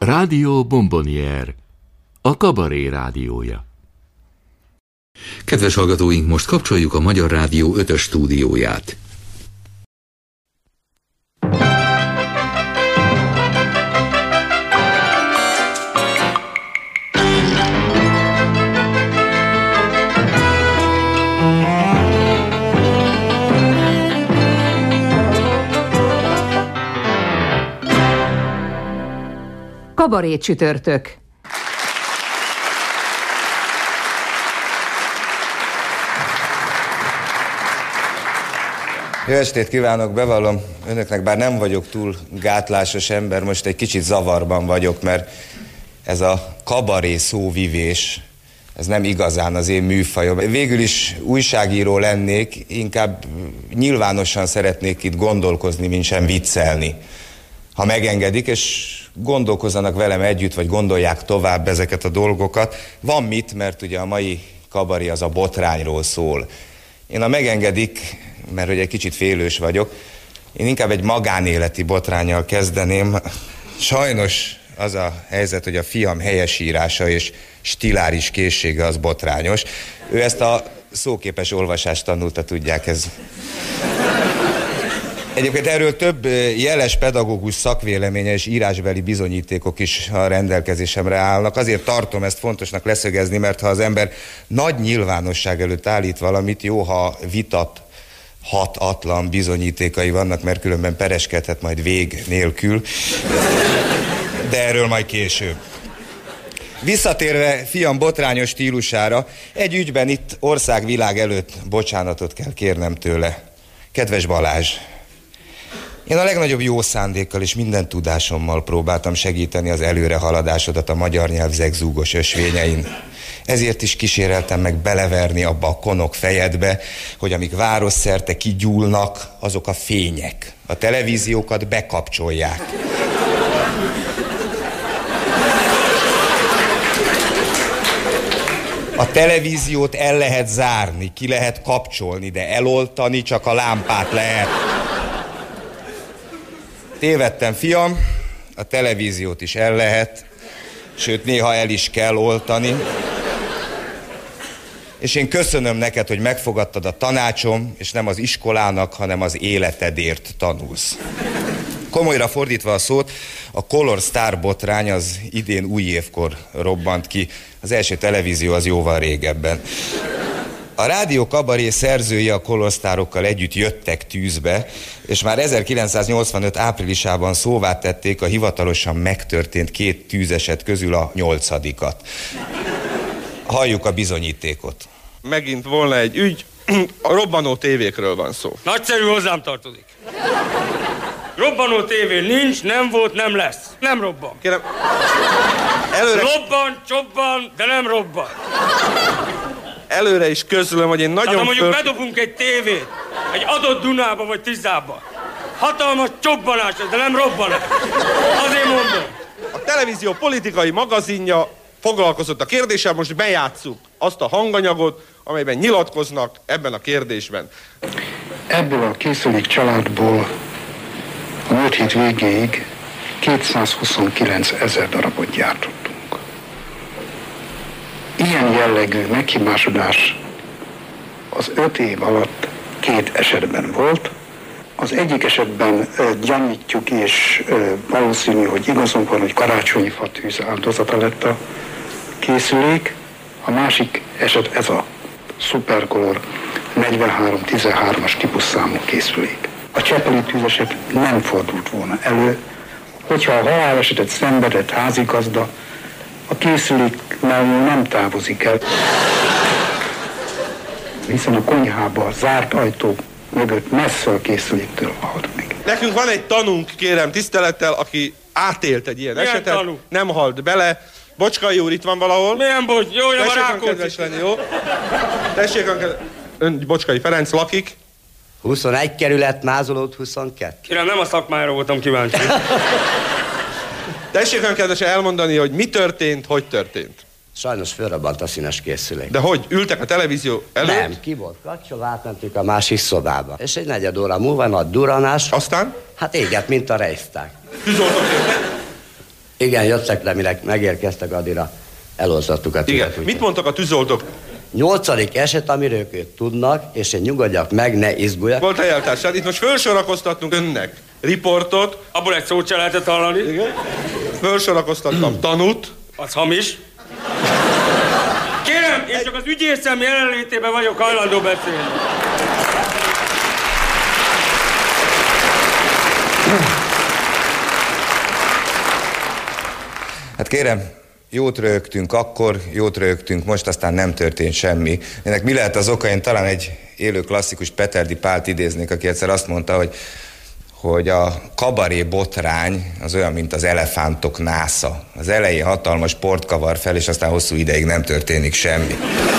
Rádió Bombonier, a kabaré rádiója. Kedves hallgatóink, most kapcsoljuk a Magyar Rádió 5-ös stúdióját. Kabaré csütörtök. Jó estét kívánok, bevallom önöknek, bár nem vagyok túl gátlásos ember, most egy kicsit zavarban vagyok, mert ez a kabaré szóvivés, ez nem igazán az én műfajom. Végül is újságíró lennék, inkább nyilvánosan szeretnék itt gondolkozni, mint sem viccelni. Ha megengedik, és gondolkozzanak velem együtt, vagy gondolják tovább ezeket a dolgokat. Van mit, mert ugye a mai kabaré az a botrányról szól. Én, ha megengedik, mert hogy egy kicsit félős vagyok, én inkább egy magánéleti botránnyal kezdeném. Sajnos az a helyzet, hogy a fiam helyesírása és stiláris készsége az botrányos. Ő ezt a szóképes olvasást tanulta, tudják, ez... Egyébként erről több jeles pedagógus szakvéleménye és írásbeli bizonyítékok is a rendelkezésemre állnak. Azért tartom ezt fontosnak leszögezni, mert ha az ember nagy nyilvánosság előtt állít valamit, jó, ha vitathatatlan bizonyítékai vannak, mert különben pereskedhet majd vég nélkül. De erről majd később. Visszatérve fiam botrányos stílusára, egy ügyben itt országvilág előtt bocsánatot kell kérnem tőle. Kedves Balázs! Én a legnagyobb jó szándékkal és minden tudásommal próbáltam segíteni az előrehaladásodat a magyar nyelv zegzúgos ösvényein. Ezért is kíséreltem meg beleverni abba a konok fejedbe, hogy amik városszerte kigyúlnak, azok a fények. A televíziókat bekapcsolják. A televíziót el lehet zárni, ki lehet kapcsolni, de eloltani csak a lámpát lehet. Tévedtem, fiam, a televíziót is el lehet, sőt, néha el is kell oltani. És én köszönöm neked, hogy megfogadtad a tanácsom, és nem az iskolának, hanem az életedért tanulsz. Komolyra fordítva a szót, a Color Star botrány az idén új évkor robbant ki. Az első televízió az jóval régebben. A rádió kabaré szerzői a Color Starokkal együtt jöttek tűzbe, és már 1985 áprilisában szóvá tették a hivatalosan megtörtént 2 tűzeset közül a 8-at. Halljuk a bizonyítékot. Megint volna egy ügy, a robbanó tévékről van szó. Nagyszerű, hozzám tartozik. Robbanó tévé nincs, nem volt, nem lesz. Nem robban. Kérem, előre... Robban, csobban, de nem robban. Előre is közlöm, hogy én nagyon... Hát, mondjuk bedobunk egy tévét, egy adott Dunába vagy Tiszába. Hatalmas csobbanás, de nem robbanás. Azért mondom. A televízió politikai magazinja foglalkozott a kérdéssel, most bejátsszuk azt a hanganyagot, amelyben nyilatkoznak ebben a kérdésben. Ebből a készülék családból a múlt hét végéig 229 000 darabot gyártottunk. Ilyen jellegű meghibásodás az 5 év alatt 2 esetben volt. Az egyik esetben gyanítjuk, és valószínű, hogy igazunk van, hogy karácsonyi fatűz áldozata lett a készülék. A másik eset ez a Supercolor 4313-as típusszámú készülék. A csepeli tűzeset nem fordult volna elő, hogyha a halálesetet szenvedett házigazda a készülék mellől nem távozik el, hiszen a konyhában zárt ajtók mögött messze a készüléktől halt meg. Nekünk van egy tanunk, kérem tisztelettel, aki átélt egy ilyen esetet, tanú? Nem halt bele. Bocskai úr itt van valahol. Milyen bocs? Jó, nem a Rákóczi. Jó? Tessék, ön Bocskai Ferenc lakik. 21 kerület, Mázolód 22. Kérem, nem a szakmára voltam kíváncsi. Tessék olyan kedvesen elmondani, hogy mi történt, hogy történt. Sajnos fölrobbant a színes készülék. De hogy? Ültek a televízió előtt? Nem, ki volt kapcsolva, átmentünk a másik szobába. És egy negyed óra múlva nagy duranás. Aztán? Hát éget, mint a Reichstag. Tűzoltók jöttek? Igen, jöttek le, mire megérkeztek, addigra elosztottuk a tüzet. Igen. Mit mondtak a tűzoltók? 8. eset, amiről ők tudnak, és én nyugodjak meg, ne izguljak. Volt helyeltársad, itt most felsorakoztattunk önnek riportot. Abból egy szót se lehetett hallani. Igen. Felsorakoztattam tanút. Az hamis. Kérem, én csak az ügyészem jelenlétében vagyok hajlandó beszélni. Hát kérem, jót röhögtünk akkor, jót röhögtünk most, aztán nem történt semmi. Ennek mi lehet az oka? Én talán egy élő klasszikus Peterdi Pált idéznék, aki egyszer azt mondta, hogy a kabaré botrány az olyan, mint az elefántok násza. Az elején hatalmas port kavar fel, és aztán hosszú ideig nem történik semmi.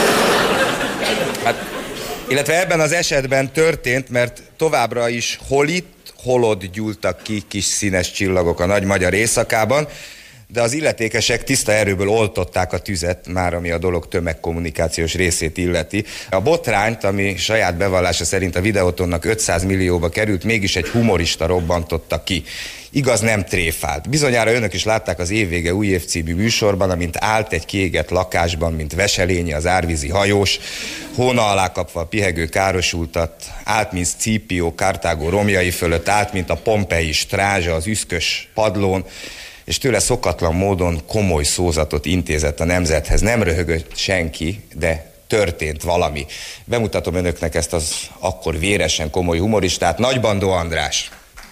Hát, illetve ebben az esetben történt, mert továbbra is hol itt, hol ott gyúltak ki kis színes csillagok a nagy magyar éjszakában, de az illetékesek tiszta erőből oltották a tüzet, már ami a dolog tömegkommunikációs részét illeti. A botrányt, ami saját bevallása szerint a Videótonnak 500 millióba került, mégis egy humorista robbantotta ki. Igaz, nem tréfált. Bizonyára önök is látták az Évvége új év című műsorban, amint állt egy kiégett lakásban, mint Veselényi, az árvízi hajós, hóna alá kapva a pihegő károsultat, állt, mint Scipio Kartágó romjai fölött, állt, mint a Pompei strázsa az üszkös padlón, és tőle szokatlan módon komoly szózatot intézett a nemzethez. Nem röhögött senki, de történt valami. Bemutatom önöknek ezt az akkor véresen komoly humoristát, Nagybandó András.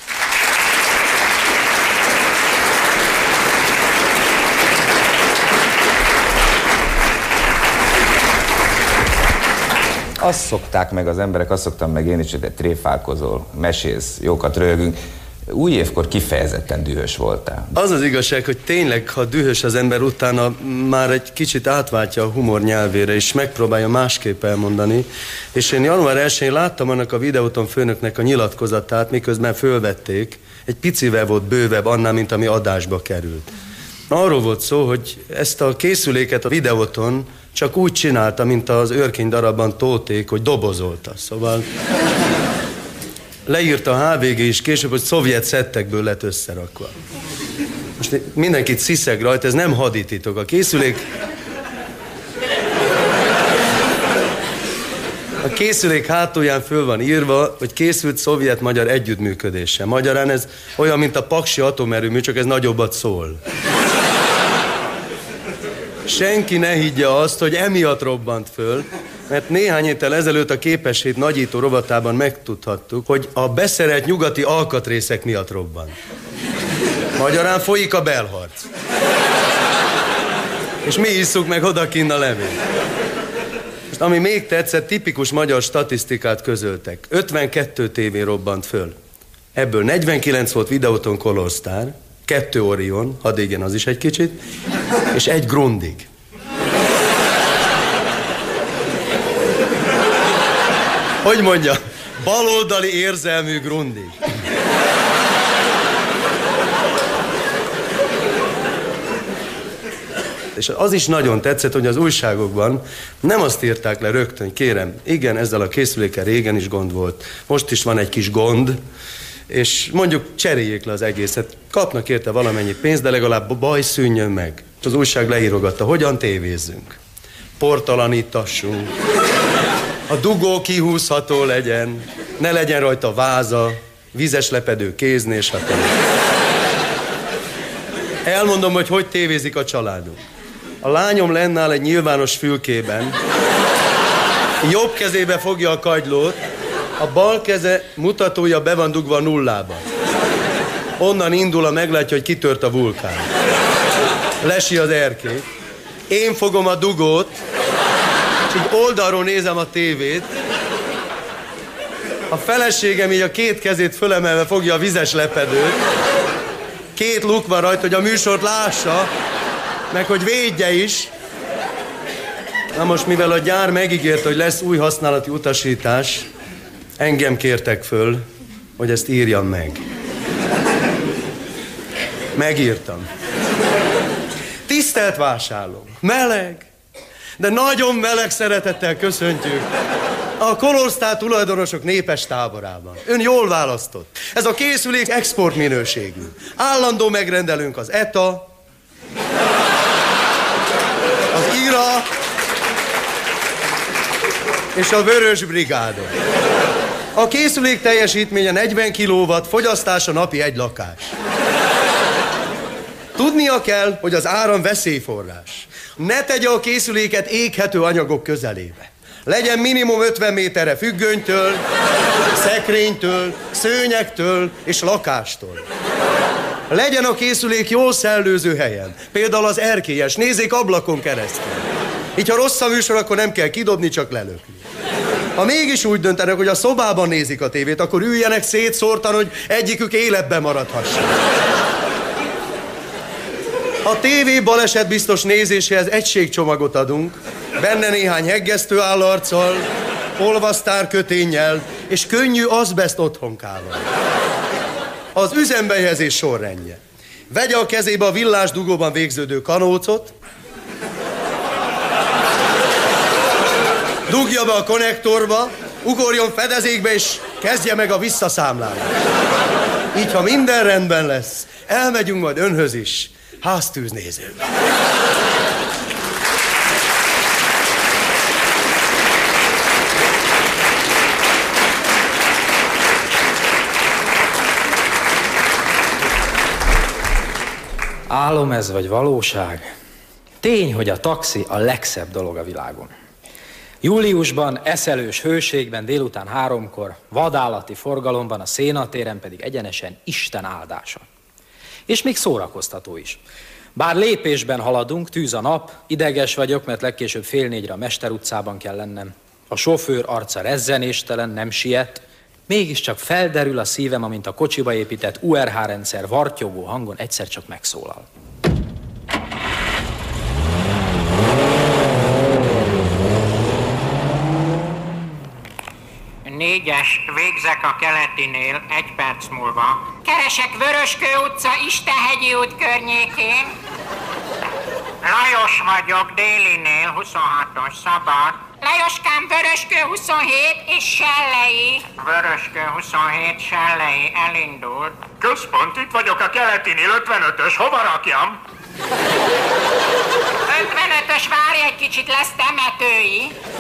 Azt szokták meg az emberek, azt szoktam meg én is, hogy te tréfálkozol, mesélsz, jókat röhögünk. Új évkor kifejezetten dühös voltál. Az az igazság, hogy tényleg, ha dühös az ember, utána már egy kicsit átváltja a humor nyelvére, és megpróbálja másképp elmondani. És én január 1-én láttam annak a Videóton főnöknek a nyilatkozatát, miközben fölvették. Egy picivel volt bővebb annál, mint ami adásba került. Arról volt szó, hogy ezt a készüléket a Videóton csak úgy csinálta, mint az Őrkény darabban Tóték, hogy dobozolta. Szóval leírta a HVG is később, hogy szovjet szettekből lett összerakva. Most mindenkit sziszeg rajta, ez nem hadititok. A készülék hátulján föl van írva, hogy készült szovjet-magyar együttműködéssel. Magyarán ez olyan, mint a paksi atomerőmű, csak ez nagyobbat szól. Senki ne higgye azt, hogy emiatt robbant föl, mert néhány héttel ezelőtt a Képesség nagyító rovatában megtudhattuk, hogy a beszerelt nyugati alkatrészek miatt robban. Magyarán folyik a belharc. És mi isszuk meg odakinn a levét. Most ami még tetszett, tipikus magyar statisztikát közöltek. 52 tévé robbant föl. Ebből 49 volt Videóton Color Star, 2 Orion, hadd igen, az is egy kicsit, és 1 Grundig. Hogy mondja? Baloldali érzelmű Grundig. És az is nagyon tetszett, hogy az újságokban nem azt írták le rögtön, hogy kérem, igen, ezzel a készülékkel régen is gond volt, most is van egy kis gond, és mondjuk cseréljék le az egészet. Kapnak érte valamennyi pénzt, de legalább baj szűnjön meg. És az újság leírogatta, hogyan tévézzünk. Portalanítassunk. A dugó kihúzható legyen, ne legyen rajta váza, vízes lepedő kézni, és hát elmondom, hogy tévézik a családunk. A lányom lennáll egy nyilvános fülkében, jobb kezébe fogja a kagylót, a bal keze mutatója be van dugva a nullába. Onnan indul, meglátja, hogy kitört a vulkán. Lesi az erkély. Én fogom a dugót, és így oldalról nézem a tévét. A feleségem így a 2 kezét fölemelve fogja a vizes lepedőt. 2 luk van rajta, hogy a műsort lássa, meg hogy védje is. Na most, mivel a gyár megígért, hogy lesz új használati utasítás, engem kértek föl, hogy ezt írjam meg. Megírtam. Tisztelt vásárlók, meleg, de nagyon meleg szeretettel köszöntjük a Color Star tulajdonosok népes táborában. Ön jól választott. Ez a készülék export minőségű. Állandó megrendelőnk az ETA, Gyura és a Vörös Brigádok. A készülék teljesítménye 40 kW, fogyasztása napi 1 lakás. Tudnia kell, hogy az áram veszélyforrás. Ne tegye a készüléket éghető anyagok közelébe. Legyen minimum 50 méterre függönytől, szekrénytől, szőnyektől és lakástól. Legyen a készülék jól szellőző helyen, például az erkélyes, nézzék ablakon keresztül. Így ha rossz a műsor, akkor nem kell kidobni, csak lelökni. Ha mégis úgy döntenek, hogy a szobában nézik a tévét, akkor üljenek szétszórtan, hogy egyikük életben maradhasson. A tévé balesetbiztos nézéséhez egységcsomagot adunk, benne néhány heggesztő állarccal, olvasztárköténnyel és könnyű azbeszt otthonkával. Az üzembehelyezés sorrendje. Vegye a kezébe a villásdugóban végződő kanócot, dugja be a konnektorba, ugorjon fedezékbe és kezdje meg a visszaszámlálást. Így, ha minden rendben lesz, elmegyünk majd önhöz is, háztűznézőbe. Álom ez vagy valóság? Tény, hogy a taxi a legszebb dolog a világon. Júliusban, eszelős hőségben, délután 3-kor, vadállati forgalomban, a Szénatéren pedig egyenesen Isten áldása. És még szórakoztató is. Bár lépésben haladunk, tűz a nap, ideges vagyok, mert legkésőbb 3:30 a Mester utcában kell lennem. A sofőr arca rezzenéstelen, nem siet, mégiscsak felderül a szívem, amint a kocsiba épített URH rendszer vartyogó hangon egyszer csak megszólal. Négyes, végzek a Keletinél 1 perc múlva. Keresek Vöröskő utca, Istenhegyi út környékén. Lajos vagyok, Délinél, 26-os, szabad. Lajoskám, Vöröskő 27 és Sellei. Vöröskő 27, Sellei, elindult. Központ, itt vagyok a Keletinél, 55-ös, hova rakjam? 55-ös, várj egy kicsit, lesz temetői.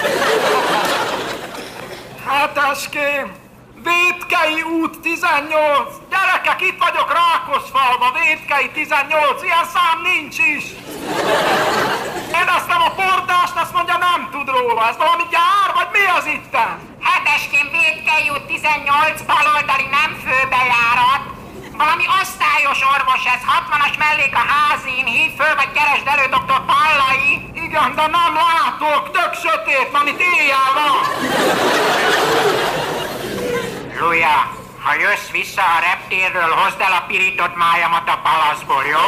Hátáském, Vétkei út 18. Gyerekek, itt vagyok Rákoszfalva, Vétkei 18, ilyen szám nincs is. Kérdeztem a portást, azt mondja, nem tud róla. Ez valami gyár, vagy mi az itten? Heteském, Vétkei út 18, baloldali, nem főbejárat. Valami osztályos orvos ez, 60-as mellék a házin, hív föl, vagy keresd elő dr. Pallai. Igen, de nem látok, tök sötét van, itt éjjel van. Luja, ha jössz vissza a reptérről, hozd el a pirított májamat a palaszból, jó?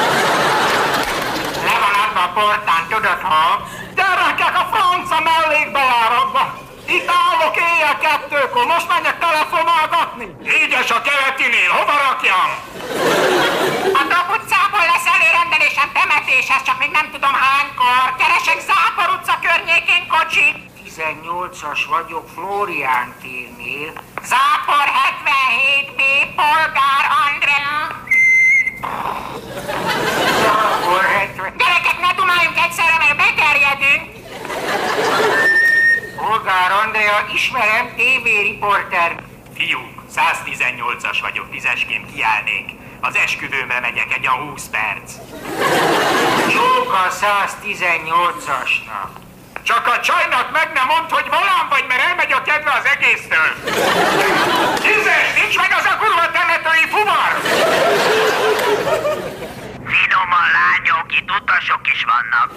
Le van adva a portán, tudod hol? Gyerekek, a franca mellékbejáratba. Itt állok éjjel 2-kor, most menjek telefonálgatni. Négyes a Keletinél, hova rakjam? A Dob utcából lesz előrendelésem temetéshez, csak még nem tudom hánykor. Keresek Zápor utca környékén kocsit. 18-as vagyok, Flórián térnél. Zápor 77B, Polgár Andrea. Zápor 70... Gyerekek, ne dumáljunk egyszerre, mert beterjedünk. Polgár Andrea, ismerem, TV-riporter. Fiúk, 118-as vagyok, 10-esként kiállnék. Az esküvőmre megyek, egy a 20 perc. Csóka 118-asnak. Csak a csajnak meg nem mondd, hogy volán vagy, mert elmegy a kedve az egésztől. 10-es, nincs meg az a kurva temetői fuvar! Finoman, lányok, itt utasok is vannak.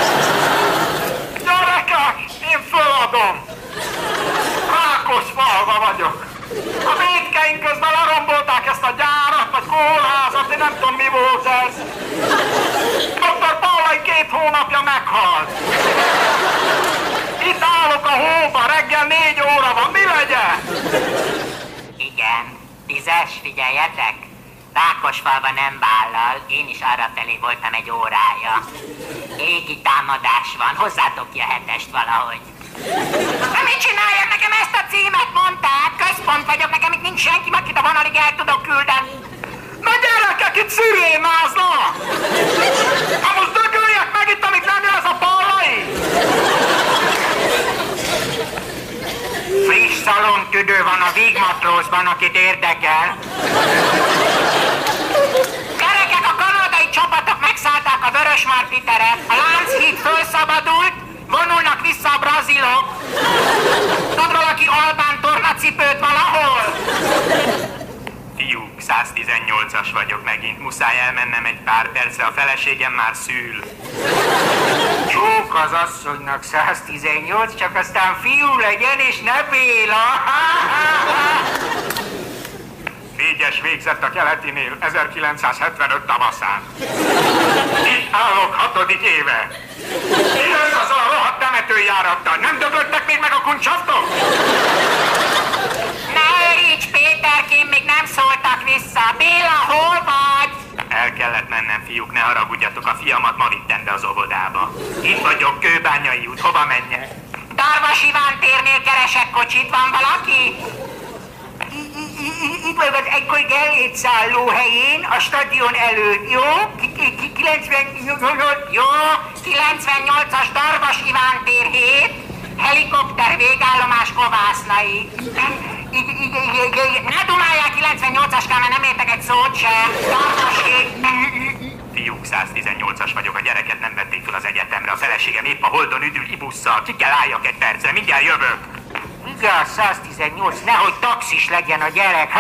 Gyerekek, én föladom. Rákoszfalva vagyok. A vétkeink közben lerombolták ezt a gyárat, vagy kórházat, én nem tudom, mi volt ez. Dr. Pallai 2 hónapja meghalt. Itt állok a hóba, reggel 4 óra van, mi legyen? Igen, 10-es, figyeljetek. Rákosfalva nem vállal, én is arrafelé voltam egy órája. Égi támadás van, hozzátok ki a 7-est valahogy. Na mit csináljak, nekem ezt a címet mondták? Központ vagyok, nekem itt nincs senki, akit a vonalig el tudok küldeni. Na gyerekek, itt szirénáznak! Ha most dögöljek meg itt, amíg nem jön ez a Pallai! Davosban, akit érdekel. Gyerekek, a kanadai csapatok megszállták a Vörösmarty teret, a Lánchíd fölszabadult, vonulnak vissza a brazilok. Tud valaki albán tornacipőt valahol? Fiúk, 118-as vagyok megint. Muszáj elmennem egy pár percre, a feleségem már szül. Csók az asszonynak 118, csak aztán fiú legyen, és ne Béla. 4-es végzett a keletinél 1975 tavaszán. Itt állok 6. éve. Mi lesz azzal a rohadt temetőjárattal? Nem döglöttek még meg a kuncsaftok? Ne öríts, Péterkém, még nem szóltak vissza. Béla, hol vagy? El kellett mennem, fiúk, ne haragudjatok, a fiamat ma vittem be az óvodába. Itt vagyok, Kőbányai út, hova menjek? Darvas Iván térnél keresek kocsit, van valaki? Itt vagy az egykori Gellért szálló helyén, a stadion előtt, jó? 98-as Darvas Iván tér 7, helikopter végállomás Kovászlai. Ne dumálják 98-askán, mert nem értek egy szót sem. Darvas 7. Fiúk, 118-as vagyok, a gyereket nem vették fel az egyetemre, a feleségem épp a Holdon üdül ibusszal, ki kell álljak egy percre, mindjárt jövök. Igen, 118, nehogy taxis legyen a gyerek.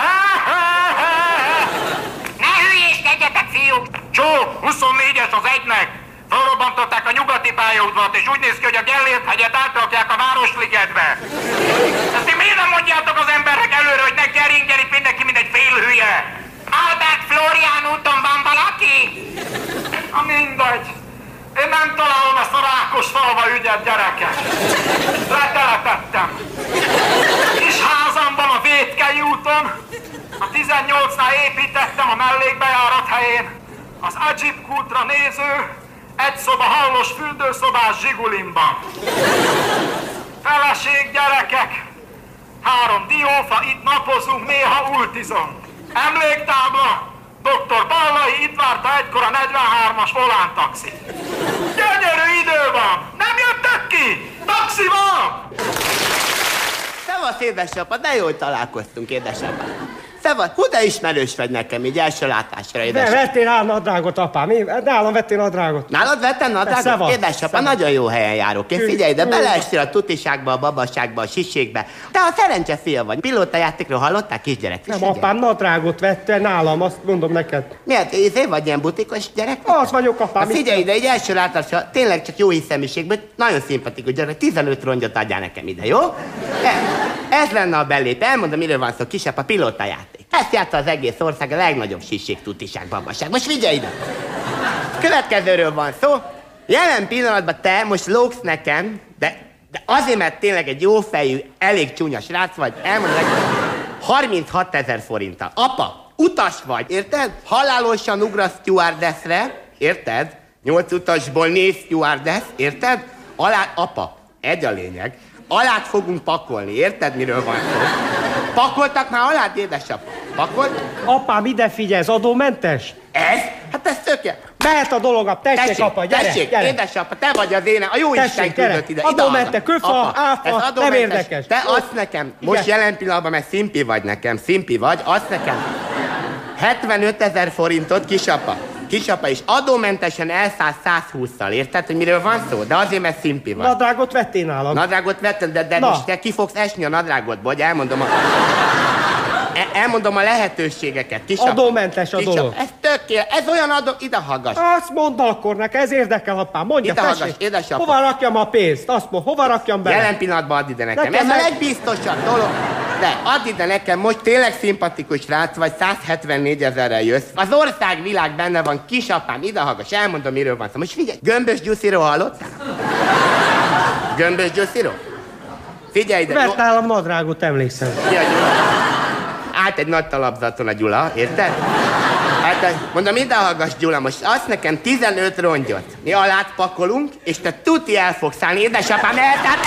Ne hülyéskedjetek, fiúk! Csók, 24-es az egynek! Felrobbantották a nyugati pályaudvarat, és úgy néz ki, hogy a Gellért-hegyet átrakják a Városligetbe. Ezt miért nem mondjátok az emberek előre, hogy ne keringjen itt mindenki, mint egy félhülye? Albert Florián úton van valaki? Mindegy. Én nem találom ezt a Rákosfalva ügyet, gyerekek. Letelepettem. Kis házamban a Vétkei úton, a 18-nál építettem a mellékbejárat helyén, az Adzsip kútra néző, egy szoba hallos fürdőszobás Zsigulimban. Feleség, gyerekek, 3 diófa, itt napozunk, néha ultizom. Emléktábla, Dr. Ballai itt várta egykor a 43-as volántaxi. Gyönyörű idő van! Nem jöttek ki? Taxi van! Szevasz, édesapa, de jól találkoztunk, édesapa. Szevasz, hú, de ismerős vagy nekem, így első látásra, édesapa. Vettél rá nadrágot, apám, nálam vettél nadrágot. Nálad vettem nadrágot? Szevasz, édesapa, szevasz. nagyon jó helyen járok. Én figyelj, de beleestél a tutiságba, a babaságba, a sisségbe. Te a szerencse fia vagy. Pilótajátékról hallottál, kisgyerek? Nem, apám, nadrágot vettél nálam, azt mondom neked. Miért? Izé vagy ilyen butikos gyerek? Az vagyok, apám. Na figyelj ide, egy első látásra, tényleg csak jó hiszeműségből, nagyon szimpatikus gyerek, 15 rongyot adjál nekem ide, jó? Ez lenne a belép, elmondom, miről van szó, kisebb a pilótajáték. Ezt játsza az egész ország, a legnagyobb sisség, tutiság, babaság. Most figyelj ide! Következőről van szó. Jelen pillanatban te most lógsz nekem, de azért, mert tényleg egy jófejű, elég csúnya srác vagy, elmondom neked, 36 000 forinttal. Apa, utas vagy, érted? Halálosan ugrasz stewardessre, érted? 8 utasból 4 stewardess, érted? Apa, egy a lényeg. Alát fogunk pakolni, érted, miről van szó? Pakoltak már alát, édesapa? Pakolt? Apám, ide figyelj, ez adómentes? Ez? Hát ez tökéletes. Mehet a dolog, tessék, apa, gyere, tessék, gyere. Édesapa, te vagy az én, a jó Isten küldött ide. Adómente, köfa, áfa, nem érdekes. Te azt nekem, most jelen pillanatban, mert szimpi vagy nekem, szimpi vagy, azt nekem 75 000 forintot, kisapa, és adómentesen elszállsz 120-szal, érted, hogy miről van szó? De azért, mert szimpi vagy. Nadrágot vettél nálam. Nadrágot vettem, de most te ki fogsz esni a nadrágodból, hogy elmondom a lehetőségeket, kisapa. Adómentes a dolog. Ez tökéletes, ez olyan adó, ide hallgass. Azt mondd akkor nekem, ez érdekel, apám, mondja, ide tessék. hallgass, édesapa. Hova rakjam a pénzt? Azt mondja, hova rakjam bele? Jelen pillanatban add ide nekem. Ez a legbiztosabb dolog. De add ide nekem, most tényleg szimpatikus rác vagy, 174 000-rel jössz. Az ország világ benne van, kisapám, ide hallgass, elmondom, miről van szó. Most figyelj, Gömbös Gyusziról hallottál? Gömbös Gyusziról? Figyelj ide. Vett nálam nadrágot, emlékszem. Állt egy nagy talapzaton a Gyula, érted? Hát mondom, ide hallgass, Gyula, most azt nekem 15 rongyot. Mi alát pakolunk, és te tuti el fogsz állni, édesapám, tehát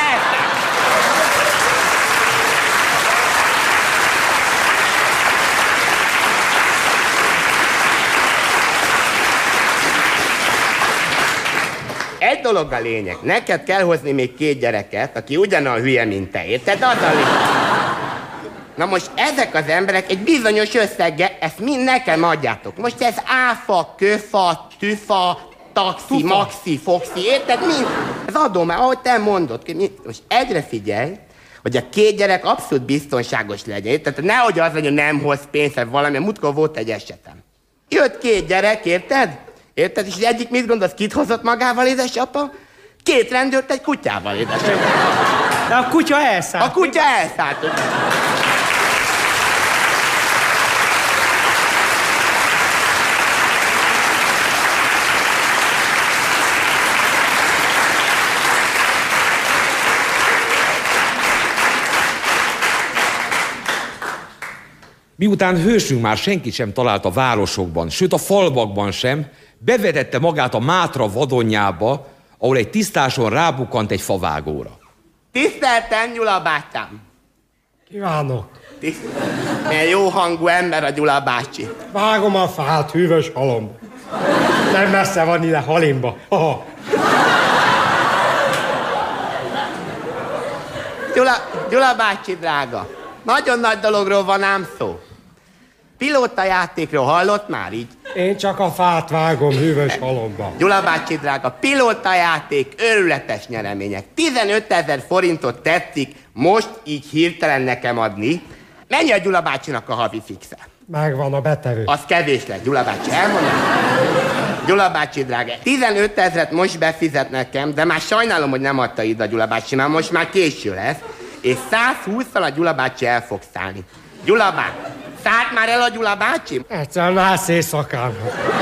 Egy dolog a lényeg, neked kell hozni még 2 gyereket, aki ugyanolyan hülye, mint te, érted? Az a lényeg. Na most ezek az emberek egy bizonyos összeggel, ezt mind nekem adjátok. Most ez áfa, köfa, tüfa, taxi, maxi, foxi, érted? Mind. Ez adom már, ahogy te mondod. Most egyre figyelj, hogy a két gyerek abszolút biztonságos legyen, érted? Tehát nehogy az legyen, nem hoz pénzt, vagy valami, múltkor volt egy esetem. Jött két gyerek, érted? Érted? És az egyik mit gondolsz, kit hozott magával, édesapa? Két rendőrt egy kutyával, édesapa. De a kutya elszállt. A kutya elszállt. Miután hősünk már senkit sem talált a városokban, sőt a falvakban sem, bevetette magát a Mátra vadonjába, ahol egy tisztáson rábukkant egy favágóra. Tiszteltem, Gyula bátyám! Kívánok! Milyen jó hangú ember a Gyula bácsi. Vágom a fát, hűvös halom. Nem messze van ide Halimba. Gyula bácsi drága, nagyon nagy dologról van ám szó. Pilótajátékról hallott már így? Én csak a fát vágom hűvös halomba. Gyula bácsi drága, pilótajáték, őrületes nyeremények. 15 000 forintot tetszik most így hirtelen nekem adni. Mennyi a Gyula bácsinak a havi fixe? Megvan a betevő. Az kevés lesz, Gyula bácsi, elmondom. Gyula bácsi drága, 15 000-et most befizet nekem, de már sajnálom, hogy nem adta ide a Gyula bácsi, mert most már késő lesz. És 120-szal a Gyula bácsi el fog szállni. Gyula bácsi, szállt már el a Gyula bácsi? Egyszerűen nász éjszakán.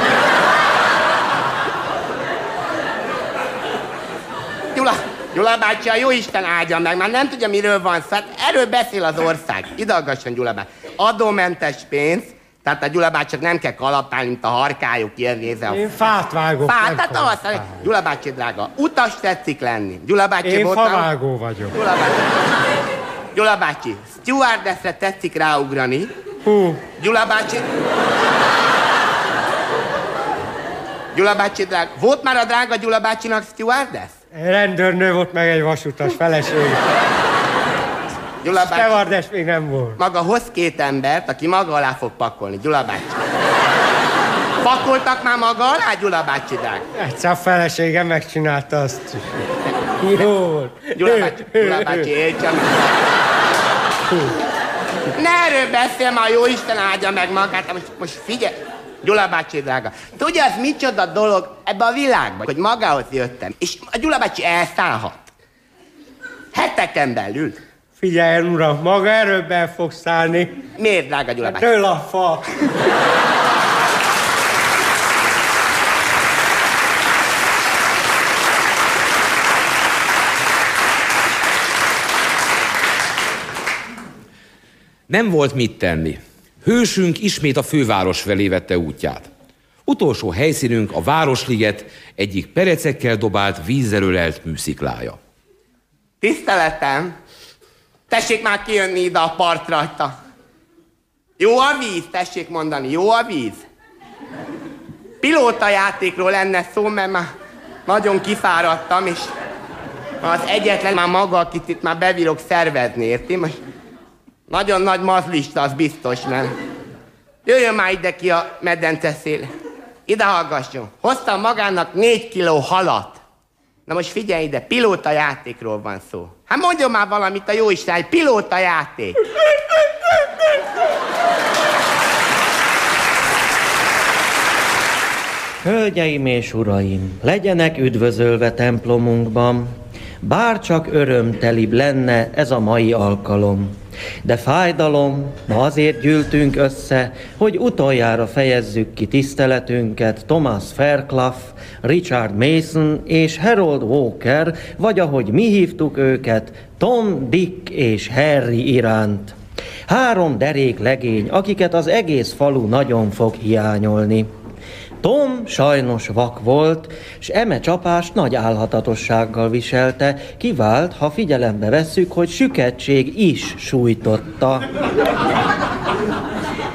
Gyula bácsi, a jóisten áldja meg, már nem tudja, miről van szó. Erről beszél az ország. Idalgasson, Gyula bácsi. Adómentes pénz, tehát a Gyula bácsinak nem kell kalapálni, mint a harkályok érnéze. Én fát vágok. Fát, tehát azt, Gyula bácsi drága, utas tetszik lenni. Gyula bácsi én voltam. favágó vagyok. Gyula bácsi, stewardessre tetszik ráugrani. Gyula bácsi... Gyula bácsi drága, volt már a drága Gyula bácsinak stewardess? Rendőrnő volt meg egy vasutas feleség. Gyula bácsi... Stewardess még nem volt. Maga hoz két embert, aki maga alá fog pakolni. Gyula bácsi. Pakoltak már maga alá, Gyula bácsi drága? Egyszer a feleségem megcsinálta azt. Jó. Gyula bácsi, értsem. Ne erről beszél, már jó Isten áldja meg magát. Most figyelj, Gyula bácsi drága. Tudja, az micsoda dolog ebbe a világban, hogy magához jöttem, és a Gyula bácsi elszállhat. Heteken belül. Figyelj, uram, maga erőben fog szállni. Miért, drága Gyula bácsi? Től a fa. Nem volt mit tenni. Hősünk ismét a főváros felé vette útját. Utolsó helyszínünk a Városliget egyik perecekkel dobált, vízzel ölelt műsziklája. Tiszteletem! Tessék már kijönni ide a part rajta. Jó a víz, tessék mondani, jó a víz. Pilótajátékról lenne szó, mert már nagyon kifáradtam, és az egyetlen már maga, akit itt már bebírok szervezni, érti? Most nagyon nagy mazlista, az biztos, mert jöjjön már ide ki a medence szél. Ide hallgasson. Hoztam magának 4 kiló halat. Na most figyelj ide, pilótajátékról van szó. Hát mondjon már valamit a jóisten, egy pilótajáték. Hölgyeim és uraim, legyenek üdvözölve templomunkban, bár csak örömtelibb lenne ez a mai alkalom. De fájdalom, ma azért gyűltünk össze, hogy utoljára fejezzük ki tiszteletünket Thomas Fairclough, Richard Mason és Harold Walker, vagy ahogy mi hívtuk őket, Tom, Dick és Harry iránt. 3 derék legény, akiket az egész falu nagyon fog hiányolni. Tom sajnos vak volt, s eme csapást nagy álhatatossággal viselte, kivált, ha figyelembe vesszük, hogy süketség is sújtotta.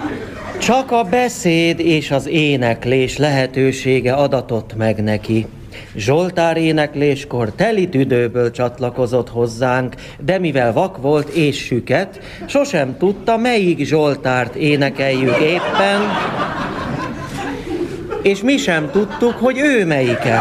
Csak a beszéd és az éneklés lehetősége adatott meg neki. Zsoltár énekléskor teli tüdőből csatlakozott hozzánk, de mivel vak volt és süket, sosem tudta, melyik Zsoltárt énekeljük éppen, és mi sem tudtuk, hogy ő melyiket.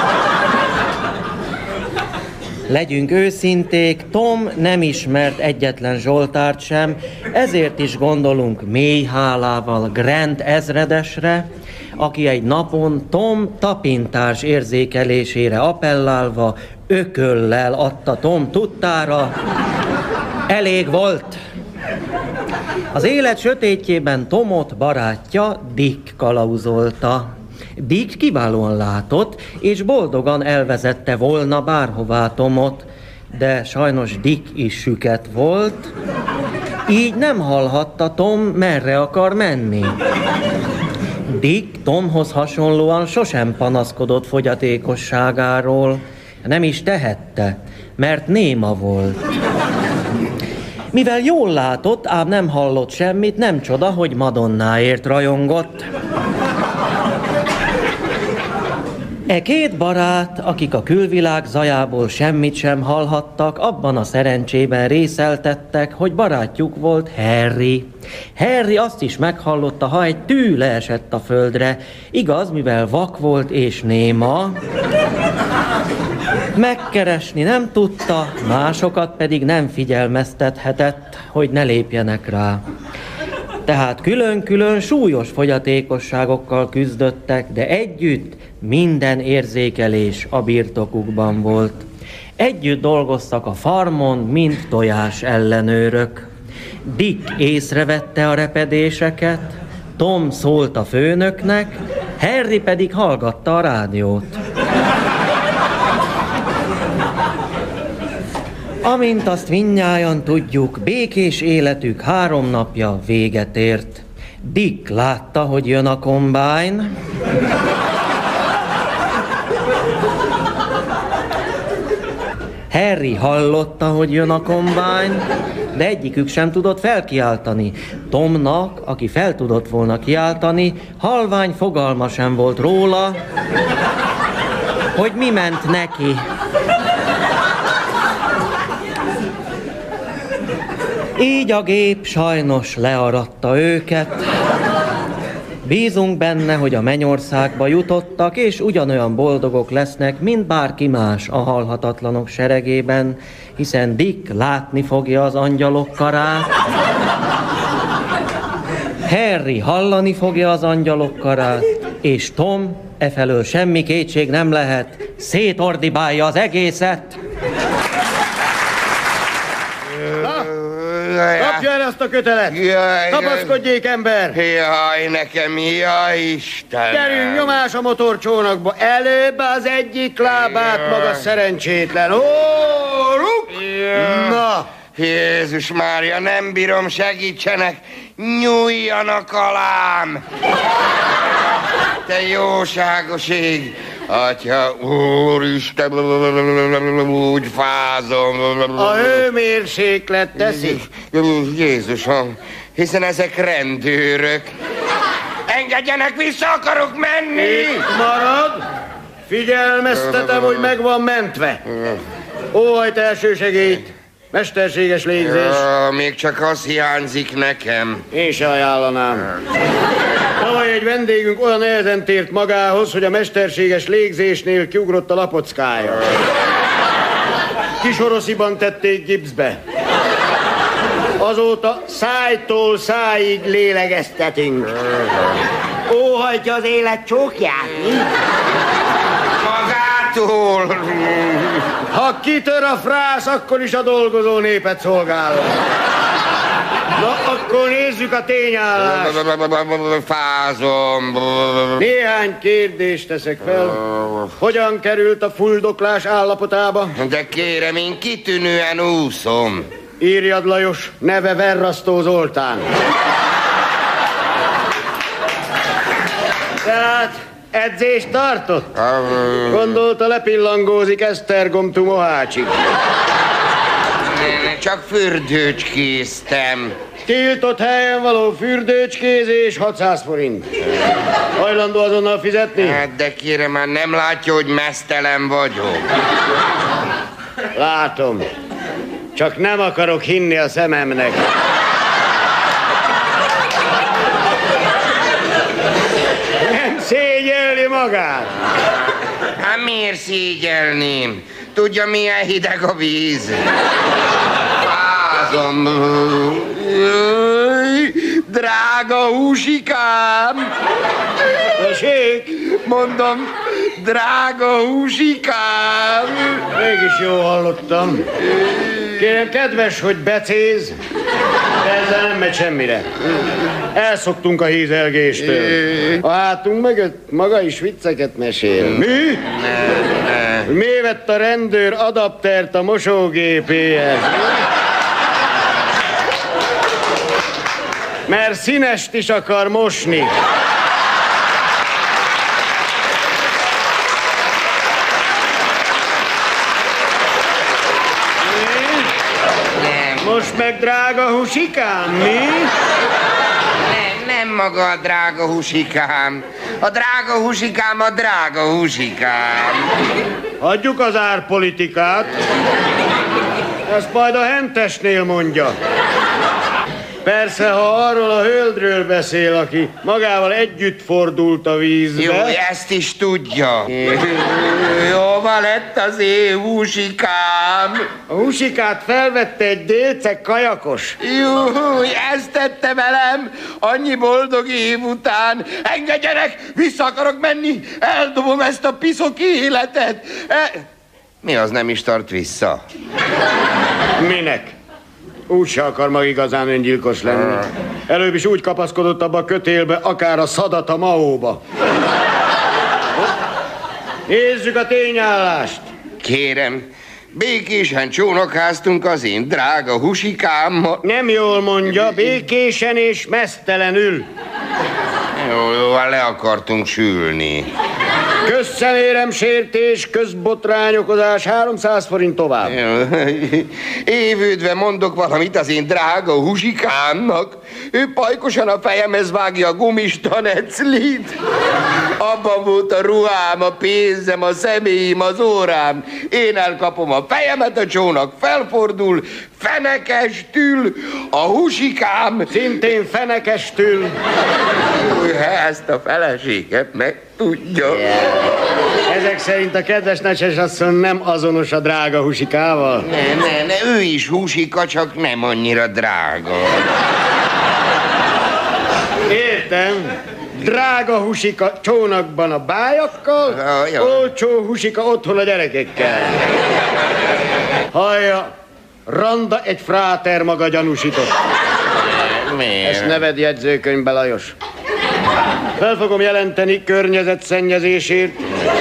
Legyünk őszinték, Tom nem ismert egyetlen Zsoltárt sem, ezért is gondolunk mély hálával Grant ezredesre, aki egy napon Tom tapintárs érzékelésére appellálva ököllel adta Tom tudtára. Elég volt. Az élet sötétjében Tomot barátja Dick kalauzolta. Dick kiválóan látott, és boldogan elvezette volna bárhová Tomot, de sajnos Dick is süket volt, így nem hallhatta Tom, merre akar menni. Dick Tomhoz hasonlóan sosem panaszkodott fogyatékosságáról, nem is tehette, mert néma volt. Mivel jól látott, ám nem hallott semmit, nem csoda, hogy Madonnáért rajongott. E két barát, akik a külvilág zajából semmit sem hallhattak, abban a szerencsében részeltettek, hogy barátjuk volt Harry. Harry azt is meghallotta, ha egy tű leesett a földre. Igaz, mivel vak volt és néma, megkeresni nem tudta, másokat pedig nem figyelmeztethetett, hogy ne lépjenek rá. Tehát külön-külön súlyos fogyatékosságokkal küzdöttek, de együtt minden érzékelés a birtokukban volt. Együtt dolgoztak a farmon, mint tojás ellenőrök. Dick észrevette a repedéseket, Tom szólt a főnöknek, Harry pedig hallgatta a rádiót. Amint azt mindnyájan tudjuk, békés életük 3 napja véget ért. Dick látta, hogy jön a kombájn. Harry hallotta, hogy jön a kombájn, de egyikük sem tudott felkiáltani. Tomnak, aki fel tudott volna kiáltani, halvány fogalma sem volt róla, hogy mi ment neki. Így a gép sajnos learatta őket. Bízunk benne, hogy a mennyországba jutottak, és ugyanolyan boldogok lesznek, mint bárki más a halhatatlanok seregében, hiszen Dick látni fogja az angyalok karát, Harry hallani fogja az angyalok karát, és Tom, efelől semmi kétség nem lehet, szétordibálja az egészet. Kapja el azt a kötelet! Kapaszkodjék, ember! Jaj, nekem, jaj, Istenem! Gyerünk, nyomás a motorcsónakba! Előbb az egyik lábát, maga szerencsétlen! Ó, rúg! Na! Jézus Mária, nem bírom, segítsenek! Nyúljanak alám! Te jóságos ég! Atya, Úristen, úgy fázom. A hőmérséklet teszik. Jézusom, hiszen ezek rendőrök. Engedjenek vissza, akarok menni! Itt marad. Figyelmeztetem, hogy meg van mentve. Óhajt elsősegélyt. Mesterséges légzés. Még csak az hiányzik nekem. Én se ajánlanám. Tavaly egy vendégünk olyan nehezen tért magához, hogy a mesterséges légzésnél kiugrott a lapockája. Kisorosziban tették gipszbe. Azóta szájtól szájig lélegeztetünk. Óhajtja az élet csókját, mi? Magától! Ha kitör a frász, akkor is a dolgozó népet szolgálom. Na, akkor nézzük a tényállást. Fázom. Néhány kérdést teszek fel. Hogyan került a fuldoklás állapotába? De kérem, én kitűnően úszom. Írjad, Lajos, neve Verrasztó Zoltán. Tehát edzést tartott? Gondolta, lepillangózik Esztergom to Mohácsig. Csak fürdőcskéztem. Tiltott helyen való fürdőcskézés 600 forint. Hajlandó azonnal fizetni? Hát de kérem, már nem látja, hogy meztelen vagyok. Látom. Csak nem akarok hinni a szememnek. Nem szégyelli magát. Hát miért szégyelném? Tudja, milyen hideg a víz? Fázom. Drága húsikám! Tessék! Mondom, drága húsikám! Mégis jól hallottam. Kérem, kedves, hogy becéz, de ezzel nem megy semmire. Elszoktunk a hízelgéstől. A hátunk mögött maga is vicceket mesél. Mi? Mi vett a rendőr adaptert a mosógépéhez? Mert színest is akar mosni. Most meg drága húsikám, mi? Nem maga a drága húsikám. A drága húsikám a drága húsikám. Hagyjuk az árpolitikát. Ezt majd a hentesnél mondja. Persze, ha arról a hölgyről beszél, aki magával együtt fordult a vízbe... Jó, ezt is tudja. Jóva lett az én húsikám. A húsikát felvette egy délceg kajakos. Jó, ezt tette velem annyi boldog év után. Engedjenek, vissza akarok menni, eldobom ezt a piszok életet. Mi az nem is tart vissza? Minek? Úgy se akar mag igazán öngyilkos lenni. Előbb is úgy kapaszkodott abba a kötélbe, akár a szadat a Maóba. Nézzük a tényállást. Kérem, békésen csónakáztunk az én drága húsikámmal. Nem jól mondja, békésen és meztelenül. Jó, le akartunk sülni. Közszeméremsértés, közbotrányokozás, 300 forint tovább. Évődve mondok valamit az én drága húsikámnak. Ő pajkosan a fejemhez vágja a gumista neclit. Abban volt a ruhám, a pénzem, a személyim, az órám. Én elkapom a fejemet, a csónak felfordul, fenekestül, a húsikám... Szintén fenekestül. Ezt a feleséget megtudja. Ezek szerint a kedves necses asszony nem azonos a drága húsikával? Ne, ő is húsika, csak nem annyira drága. Értem. Drága húsika csónakban a bájakkal, olcsó húsika otthon a gyerekekkel. Hallja, Randa egy fráter maga gyanúsított. Miért? Ezt ne vedd jegyzőkönyvbe, Lajos. Fel fogom jelenteni környezetszennyezésért.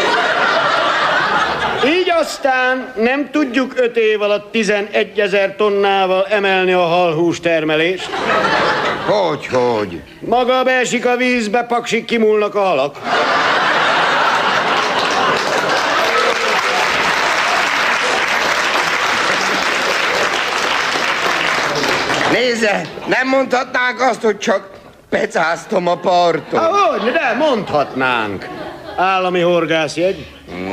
Így aztán nem tudjuk 5 év alatt 11 000 tonnával emelni a halhús termelést. Hogy? Maga beesik a vízbe, paksik kimúlnak a halak. Nézze, nem mondhatnánk azt, hogy csak pecáztam a parton. Hogy, de mondhatnánk. Állami horgászjegy.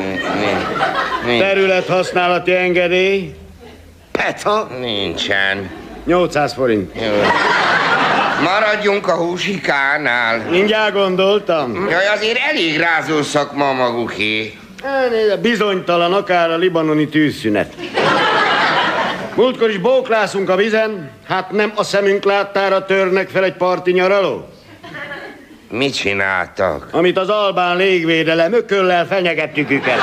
Területhasználati engedély. Peca. Nincsen. 800 forint. Jó. Maradjunk a húsikánál. Mindjárt gondoltam. Jaj, azért elég rázó szakma maguké. Bizonytalan, akár a libanoni tűzszünet. Múltkor is bóklászunk a vizen, hát nem a szemünk láttára törnek fel egy parti nyaraló? Mit csináltak? Amit az albán légvédelem, ököllel fenyegettük őket.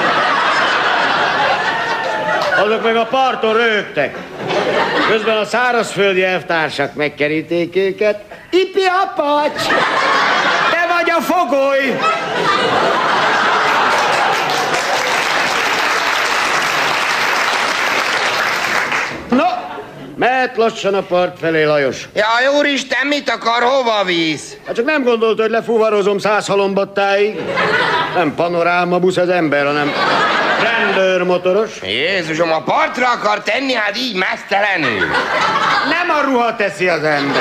Azok meg a parton röhögtek. Közben a szárazföldi elvtársak megkeríték őket. Ipi apacs! Te vagy a fogoly! Na, mehet lassan a part felé, Lajos. Jaj, úristen, mit akar, hova visz? Hát csak nem gondolt, hogy lefuvarozom 100 halombattáig. Nem panoráma busz az ember, hanem rendőrmotoros. Jézusom, a partra akar tenni, hát így meztelenül. Nem a ruha teszi az ember.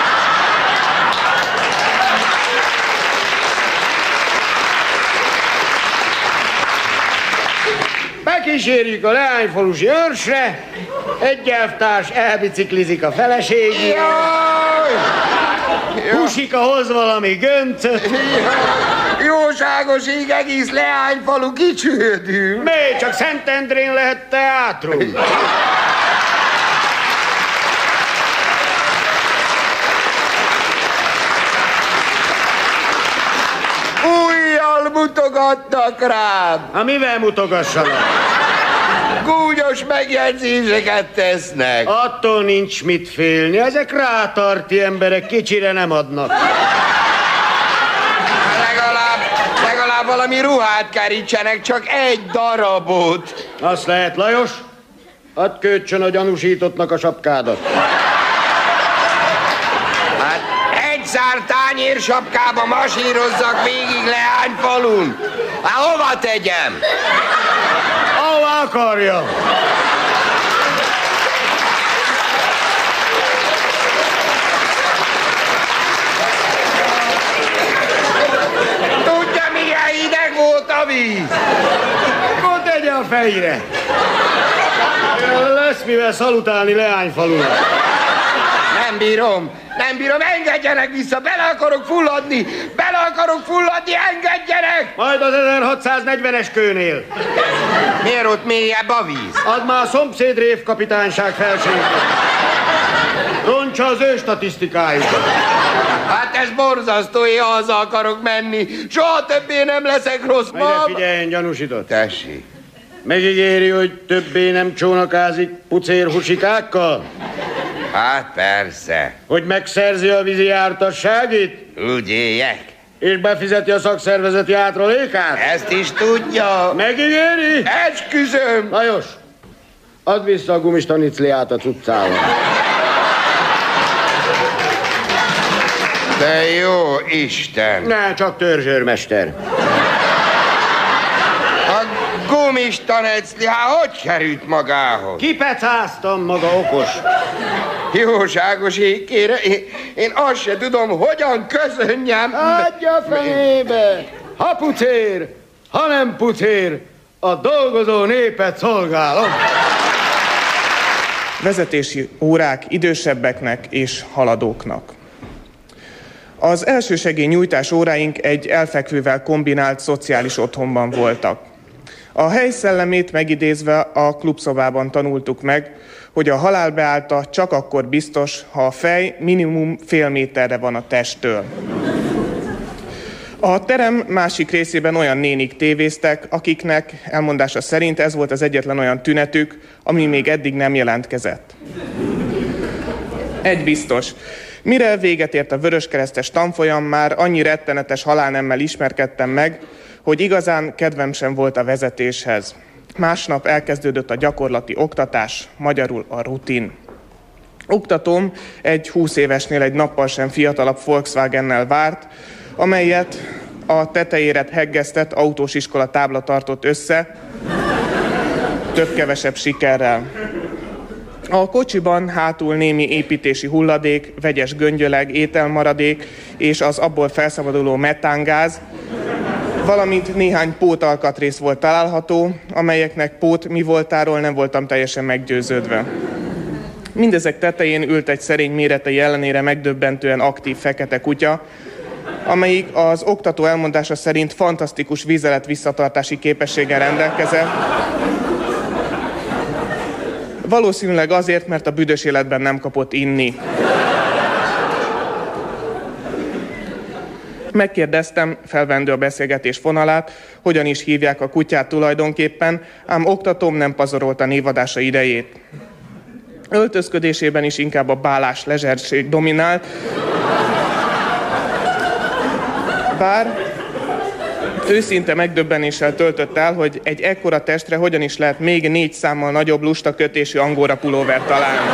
Bekísérjük a leányfalusi őrsre, egy elvtárs elbiciklizik a feleségére. Husika hoz valami göncöt. Jóságos ég, egész leányfalu kicsődül. Még csak Szentendrén lehet teátrum. Újjal mutogatnak rám. Ha mivel mutogassanak? Gúnyos megjegyzéseket tesznek. Attól nincs mit félni, ezek rátarti emberek, kicsire nem adnak. Legalább valami ruhát kerítsenek, csak egy darabot. Azt lehet, Lajos? Add kölcsön a gyanúsítottnak a sapkádat. Hát egy szár tányérsapkába masírozzak végig Leányfalun. Hát hova tegyem? Ahová akarja. Tudja, milyen hideg volt a víz? Akkor tegye a fejre. Lesz mivel szalutálni Leányfalun. Nem bírom, engedjenek vissza, bele akarok fulladni, engedjenek! Majd az 1640-es kőnél. Miért ott mélyebb a víz? Add már a szomszéd révkapitányság felségét. Roncsa az ő statisztikájukat. Hát ez borzasztó, én haza akarok menni. Soha többé nem leszek rossz ma. Majd figyeljen, gyanúsított. Tessék. Megígéri, hogy többé nem csónakázik pucér husikákkal? Hát persze. Hogy megszerzi a vízi jártasságit? Úgy éljek. És befizeti a szakszervezeti hátralékát? Ezt is tudja. Megígéri? Esküszöm. Lajos, add vissza a gumistanicliát a cuccával. De jó Isten. Ne, csak törzsőrmester. A gumistanecli, hát hogy került magához? Kipecáztam, maga okos. Jóságos ékére, én azt se tudom, hogyan köszönjem. Adja fenébe! Ha pucér, ha nem pucér, a dolgozó népet szolgálom. Vezetési órák idősebbeknek és haladóknak. Az elsősegély nyújtás óráink egy elfekvővel kombinált szociális otthonban voltak. A hely szellemét megidézve a klubszobában tanultuk meg, hogy a halálbeállta csak akkor biztos, ha a fej minimum fél méterre van a testtől. A terem másik részében olyan nénik tévéztek, akiknek elmondása szerint ez volt az egyetlen olyan tünetük, ami még eddig nem jelentkezett. Egy biztos. Mire véget ért a vöröskeresztes tanfolyam, már annyi rettenetes halálnemmel ismerkedtem meg, hogy igazán kedvem sem volt a vezetéshez. Másnap elkezdődött a gyakorlati oktatás, magyarul a rutin. Oktatóm egy 20 évesnél egy nappal sem fiatalabb Volkswagennel várt, amelyet a tetejére heggesztett autós iskola tábla tartott össze, több-kevesebb sikerrel. A kocsiban hátul némi építési hulladék, vegyes göngyöleg, ételmaradék és az abból felszabaduló metángáz, valamint néhány pótalkatrész volt található, amelyeknek pót mi voltáról nem voltam teljesen meggyőződve. Mindezek tetején ült egy szerény méretei ellenére megdöbbentően aktív fekete kutya, amelyik az oktató elmondása szerint fantasztikus vizelet visszatartási képességgel rendelkezett. Valószínűleg azért, mert a büdös életben nem kapott inni. Megkérdeztem, felvendő a beszélgetés fonalát, hogyan is hívják a kutyát tulajdonképpen, ám oktatóm nem pazarolta névadása idejét. Öltözködésében is inkább a bálás lezserség dominált, bár őszinte megdöbbenéssel töltött el, hogy egy ekkora testre hogyan is lehet még 4 számmal nagyobb lusta kötésű angóra pulóvert találni.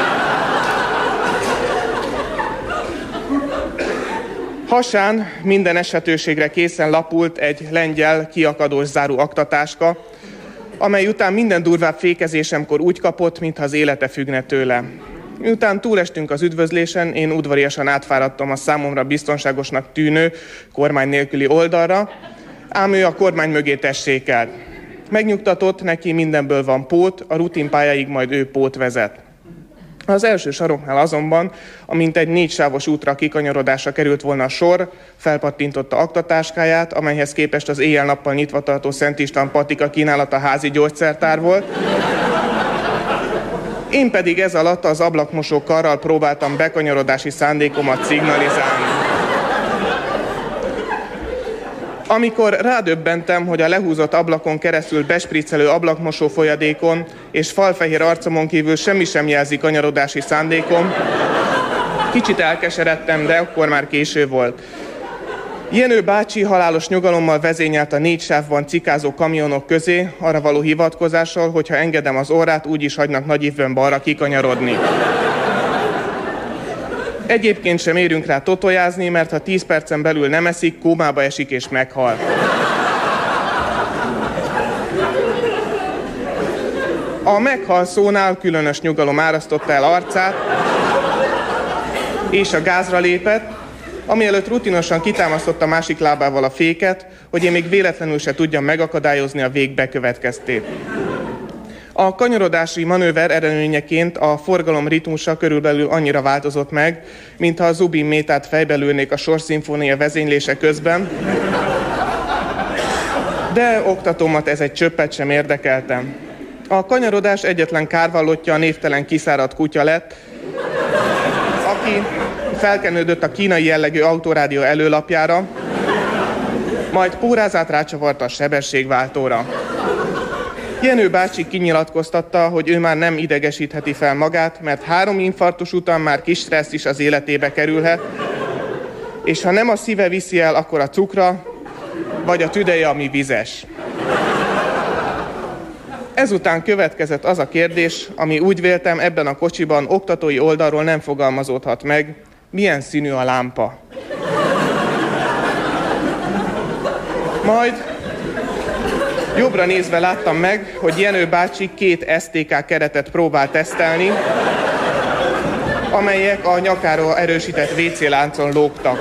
Hasán minden esetőségre készen lapult egy lengyel kiakadós záró aktatáska, amely után minden durvább fékezésemkor úgy kapott, mintha az élete függne tőle. Miután túlestünk az üdvözlésen, én udvariasan átfáradtam a számomra biztonságosnak tűnő kormány nélküli oldalra, ám ő a kormány mögé tessékelt. Megnyugtatott, neki mindenből van pót, a rutinpályáig majd ő pót vezet. Az első saroknál azonban, amint egy 4 sávos útra kikanyarodásra került volna a sor, felpattintotta aktatáskáját, amelyhez képest az éjjel-nappal nyitva tartó Szent István patika kínálata házi gyógyszertár volt. Én pedig ez alatt az ablakmosó karral próbáltam bekanyarodási szándékomat szignalizálni. Amikor rádöbbentem, hogy a lehúzott ablakon keresztül bespriccelő ablakmosó folyadékon és falfehér arcomon kívül semmi sem jelzi kanyarodási szándékom, kicsit elkeseredtem, de akkor már késő volt. Jenő bácsi halálos nyugalommal vezényelt a 4 sávban cikázó kamionok közé, arra való hivatkozással, hogy ha engedem az orrát, úgyis hagynak nagyívben balra kikanyarodni. Egyébként sem érünk rá totojázni, mert ha 10 percen belül nem eszik, kómába esik és meghal. A meghal szónál különös nyugalom árasztotta el arcát, és a gázra lépett, ami előtt rutinosan kitámasztotta másik lábával a féket, hogy én még véletlenül se tudjam megakadályozni a vég bekövetkeztét. A kanyarodási manőver eredményeként a forgalom ritmusa körülbelül annyira változott meg, mintha a Zubin métát fejbe lőnék a Sorszimfónia vezénylése közben, de oktatómat ez egy csöppet sem érdekeltem. A kanyarodás egyetlen kárvallottja a névtelen kiszáradt kutya lett, aki felkenődött a kínai jellegű autórádió előlapjára, majd pórázát rácsavarta a sebességváltóra. Jenő bácsi kinyilatkoztatta, hogy ő már nem idegesítheti fel magát, mert 3 infarktus után már kis stressz is az életébe kerülhet, és ha nem a szíve viszi el, akkor a cukra, vagy a tüdeje, ami vizes. Ezután következett az a kérdés, ami úgy véltem ebben a kocsiban oktatói oldalról nem fogalmazódhat meg, milyen színű a lámpa. Majd jobbra nézve láttam meg, hogy Jenő bácsi 2 STK keretet próbál tesztelni, amelyek a nyakáról erősített WC láncon lógtak.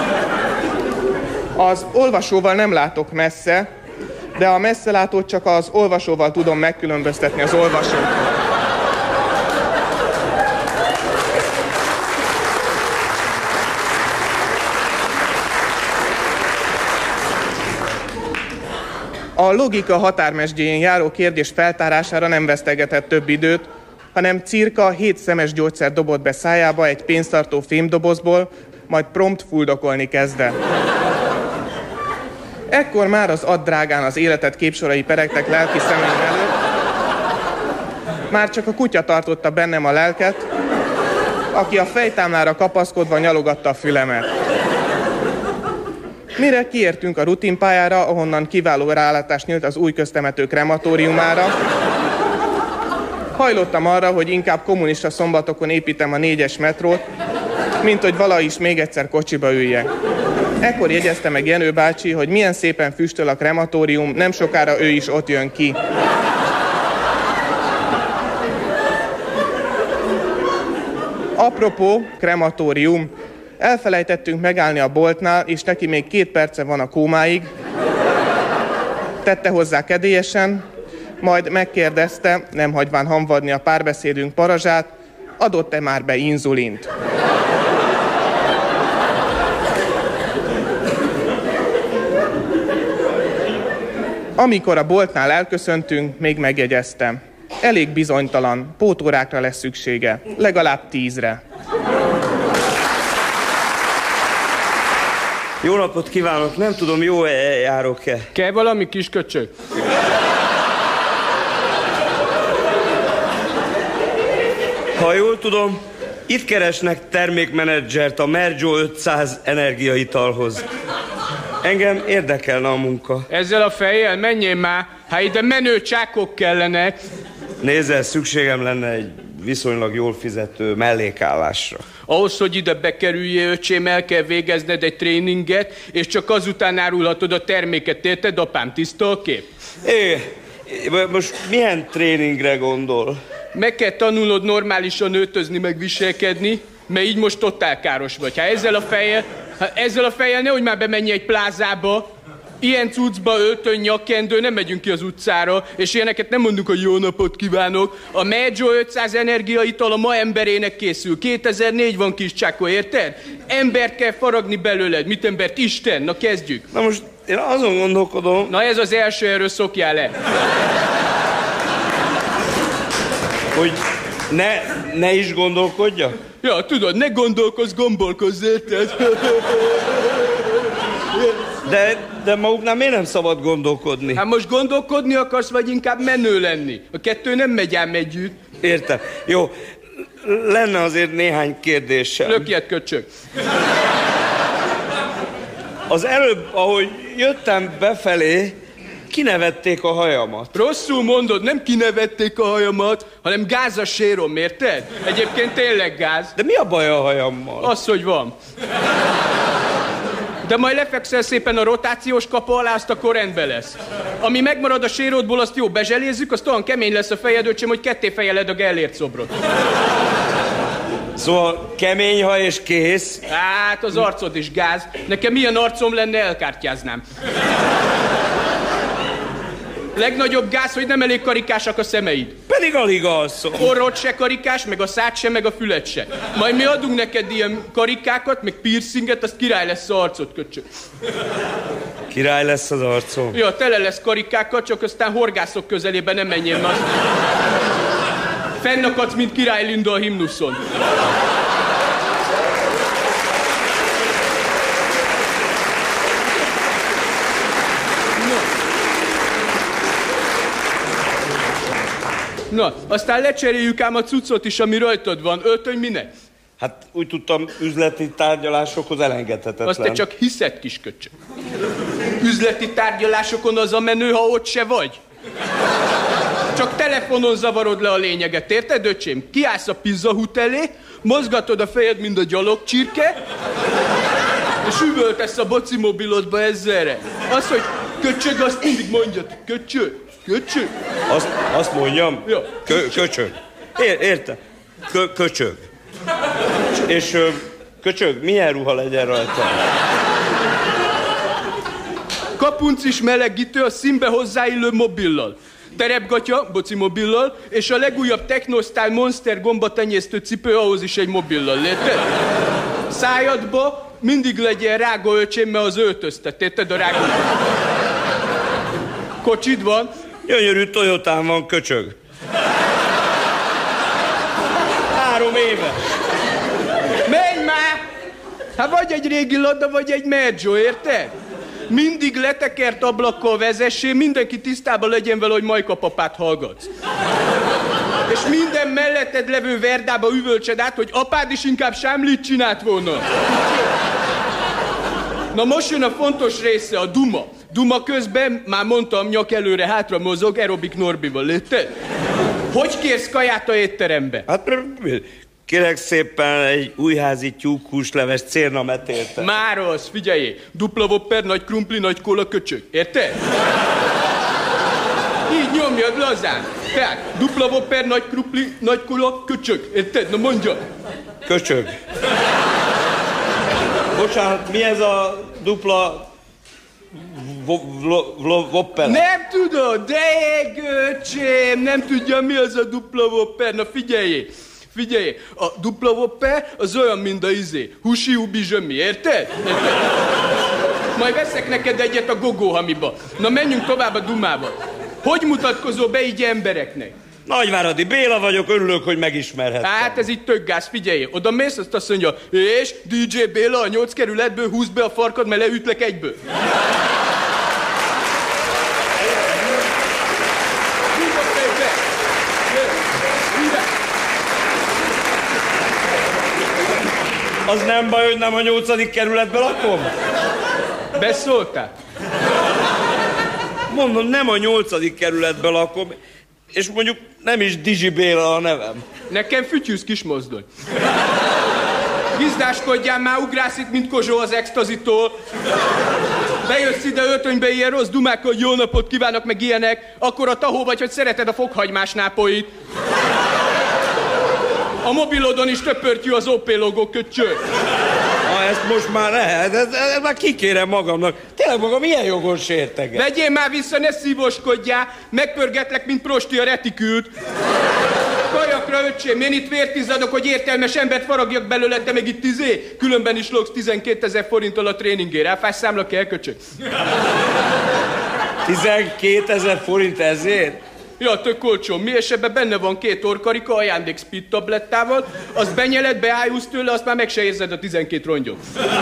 Az olvasóval nem látok messze, de a messzelátót csak az olvasóval tudom megkülönböztetni az olvasót. A logika határmesdjéjén járó kérdés feltárására nem vesztegetett több időt, hanem cirka 7 szemes gyógyszer dobott be szájába egy pénztartó fémdobozból, majd prompt fuldokolni kezdett. Ekkor már az add drágán az életet képsorai peregtek lelki szemeim előtt. Már csak a kutya tartotta bennem a lelket, aki a fejtámlára kapaszkodva nyalogatta a fülemet. Mire kiértünk a rutinpályára, ahonnan kiváló rálátás nyílt az új köztemető krematóriumára, hajlottam arra, hogy inkább kommunista szombatokon építem a 4-es metrót, mint hogy valaha is még egyszer kocsiba üljek. Ekkor jegyezte meg Jenő bácsi, hogy milyen szépen füstöl a krematórium, nem sokára ő is ott jön ki. Apropó, krematórium. Elfelejtettünk megállni a boltnál, és neki még 2 perce van a kómáig. Tette hozzá kedélyesen, majd megkérdezte, nem hagyván hamvadni a párbeszédünk parazsát, adott-e már be inzulint. Amikor a boltnál elköszöntünk, még megjegyeztem. Elég bizonytalan, pótórákra lesz szüksége, legalább 10-re. Jó napot kívánok, nem tudom, jó járok-e? Kell valami kisköcsög? Ha jól tudom, itt keresnek termékmenedzsert a Mergyó 500 energiaitalhoz. Engem érdekelne a munka. Ezzel a fejjel menjél már, hát ide menő csákok kellenek. Nézzel, szükségem lenne egy viszonylag jól fizető mellékállásra. Ahhoz, hogy ide bekerüljél, öcsém, el kell végezned egy tréninget, és csak azután árulhatod a terméket, érted, apám? Tiszta a kép? Most milyen tréningre gondol? Meg kell tanulnod normálisan öltözni, meg viselkedni, mert így most totál káros vagy. Ha ezzel a fejjel nehogy már bemenj egy plázába, ilyen cuccba, öltön, nyakkendő, nem megyünk ki az utcára, és ilyeneket nem mondunk, hogy jó napot kívánok. A Medjo 500 energiaital a ma emberének készül. 2004 van, kis csákó, érted? Embert kell faragni belőled. Mit embert? Isten. Na kezdjük. Na most én azon gondolkodom... Na ez az első, erről szokjál le. Hogy ne is gondolkodjak? Ja, tudod, ne gondolkozz, gombolkozz, érted? De maguknál miért nem szabad gondolkodni? Hát most gondolkodni akarsz, vagy inkább menő lenni? A kettő nem megy ám együtt. Értem. Jó, lenne azért néhány kérdésem. Lökjed, köcsög. Az előbb, ahogy jöttem befelé, kinevették a hajamat. Rosszul mondod, nem kinevették a hajamat, hanem gáz a sérom, érted? Egyébként tényleg gáz. De mi a baj a hajammal? Az, hogy van. De majd lefekszel szépen a rotációs kapa alá, azt akkor rendben lesz. Ami megmarad a sérodból, azt jó bezselézzük, azt olyan kemény lesz a fejed, öcsém, hogy ketté fejeled a Gellért szobrot. Szóval kemény haj és kész? Hát az arcod is gáz. Nekem milyen arcom lenne, elkártyáznám. Legnagyobb gáz, hogy nem elég karikásak a szemeid. Pedig alig alszom. Orrod se karikás, meg a szád se, meg a füled se. Majd mi adunk neked ilyen karikákat, meg piercinget, azt király lesz az arcod, köcsög. Király lesz az arcom? Ja, tele lesz karikákkal, csak aztán horgászok közelében nem menjél, mert fennakadsz, mint Király Linda a himnuszon. Na, aztán lecseréljük ám a cuccot is, ami rajtad van. Öltöny minek? Hát úgy tudtam, üzleti tárgyalásokhoz elengedhetetlen. Azt te csak hiszed, kis köcsög. Üzleti tárgyalásokon az a menő, ha ott se vagy. Csak telefonon zavarod le a lényeget, érted, öcsém? Kiállsz a pizzahut elé, mozgatod a fejed, mint a gyalogcsirke, és üvöltesz a bocimobilodba ezzelre. Az, hogy köcsög, azt mindig mondjad. Köcsög. Köcsög? Azt mondjam? Ja. Köcsög. Értem. Köcsög. És köcsög, milyen ruha legyen rajta? Kapuncis melegítő a színbe hozzáillő mobillal. Terepgatya, bocimobillal, és a legújabb Techno-Style Monster gombatenyésztő cipő, ahhoz is egy mobillal, érted? Szájadba mindig legyen rága, öcsém, mert az öltöztet, érted, a rága. Kocsid van? Gyönyörű Toyotám van, köcsög. 3 éve. Menj már! Hát vagy egy régi Lada, vagy egy Medjo, érted? Mindig letekert ablakkal vezessél, mindenki tisztában legyen vele, hogy Majka papát hallgatsz. És minden melletted levő Verdába üvöltsed át, hogy apád is inkább sámlit csinált volna. Na most jön a fontos része, a duma. Duma közben, már mondtam, nyak előre, hátra mozog, aerobik Norbival, érted? Hogy kérsz kaját a étterembe? Hát kérek szépen egy újházi tyúkhúsleves cérnametérte. Már az, figyeljé, dupla whopper, nagy krumpli, nagy kóla, köcsög, érted? Így nyomjad lazán. Tehát, dupla whopper, nagy krumpli, nagy kóla, köcsög, érted? Na mondja. Köcsög. Bocsánat, mi ez a dupla whopper? Nem tudod, de öcsém, nem tudja, mi az a dupla whopper. Na figyeljé, a dupla whopper az olyan, mint a husi ubi zsömi, érted? Majd veszek neked egyet a gogóhamiba. Na menjünk tovább a dumával. Hogy mutatkozol be így embereknek? Nagyváradi Béla vagyok, örülök, hogy megismerhettem. Hát ez így tök gáz, figyelj, oda mész, azt mondja, és DJ Béla a 8 kerületből húzd be a farkad, mert leütlek egyből. Az nem baj, hogy nem a 8. kerületben lakom? Beszóltál? Mondom, nem a 8. kerületben lakom, és mondjuk nem is Dizsi Béla a nevem. Nekem Fütyűsz Kismozdony. Gizdáskodjál már, ugrálsz itt, mint Kozsó az extazitól. Bejössz ide öltönybe ilyen rossz dumákkal, hogy jó napot kívánok, meg ilyenek, akkor a tahó vagy, hogy szereted a fokhagymás nápolyt. A mobilodon is töpörtyű az OP logó, köcsög. Ezt most már lehet, ezt már kikérem magamnak. Tényleg magam milyen jogon sérteget? Vegyél már vissza, ne szívoskodjál. Megpörgetlek, mint prosti a retikült. Kajakra, öcsém, én itt vértizadok, hogy értelmes embert faragjak belőle, te meg itt különben is logsz 12 000 forinttal a tréningért. Elfás számla kell, köcsög. 12 000 forint ezért? Ja, tök olcsó. Mi esetben benne van 2 orkarika ajándék speed tablettával, azt benyeled, beájulsz tőle, azt már meg se érzed a 12 rongyot.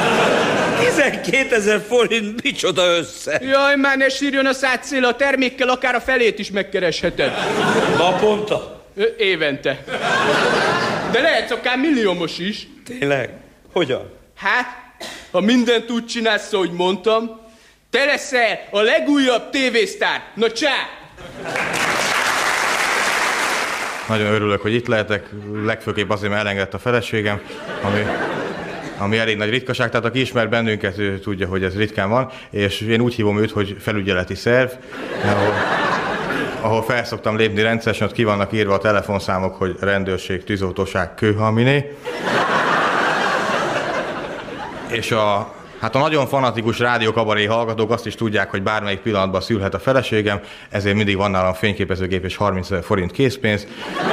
12 000 forint, micsoda össze? Jaj, már ne sírjon a szátszél, a termékkel akár a felét is megkeresheted. Naponta? Évente. De lehetsz akár milliómos is. Tényleg? Hogyan? Hát, ha mindent úgy csinálsz, ahogy mondtam, te leszel a legújabb tévésztár. Na csá! Nagyon örülök, hogy itt lehetek, legfőképp azért, mert elengedett a feleségem, ami elég nagy ritkaság, tehát aki ismer bennünket, ő tudja, hogy ez ritkán van, és én úgy hívom őt, hogy felügyeleti szerv, ahol felszoktam lépni rendszeresen, ott ki vannak írva a telefonszámok, hogy rendőrség, tűzoltóság, kőhalminé. És a nagyon fanatikus rádiókabaré hallgatók azt is tudják, hogy bármelyik pillanatban szülhet a feleségem, ezért mindig van nálam fényképezőgép és 30 000 forint készpénz.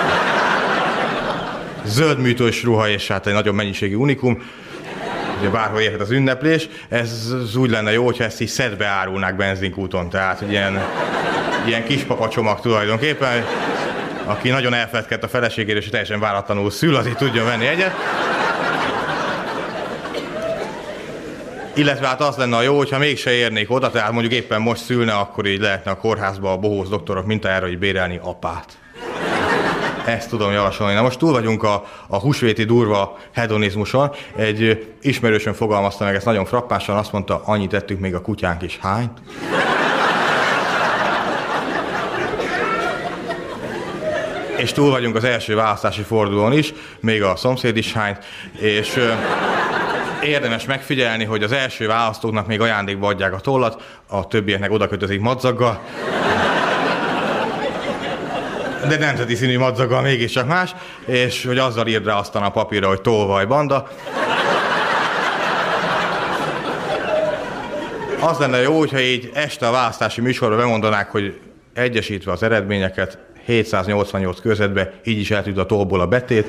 Zöld műtős ruha és hát egy nagyobb mennyiségű unikum. Ugye bárhol érhet az ünneplés. Ez úgy lenne jó, hogyha ezt így szedbe árulnák benzinkúton, tehát hogy ilyen kispapa csomag tulajdonképpen. Aki nagyon elfeledkezett a feleségére és teljesen váratlanul szül, az így tudjon venni egyet. Illetve hát az lenne a jó, hogyha mégse érnék oda, tehát mondjuk éppen most szülne, akkor így lehetne a kórházba a bohóc doktorok mintájára így bérelni apát. Ezt tudom javasolni. Na most túl vagyunk a húsvéti durva hedonizmuson. Egy ismerősön fogalmazta meg ezt nagyon frappánsan, azt mondta, annyit tettünk még a kutyánk is. Hányt? És túl vagyunk az első választási fordulón is, még a szomszéd is hányt, és érdemes megfigyelni, hogy az első választóknak még ajándékba adják a tollat, a többieknek oda kötözik madzaggal. De nemzeti színű madzaggal mégiscsak más, és hogy azzal írd rá aztán a papírra, hogy tolvaj banda. Az lenne jó, hogyha így este a választási műsorra bemondanák, hogy egyesítve az eredményeket 788 körzetbe, így is eltűnt a tollból a betét.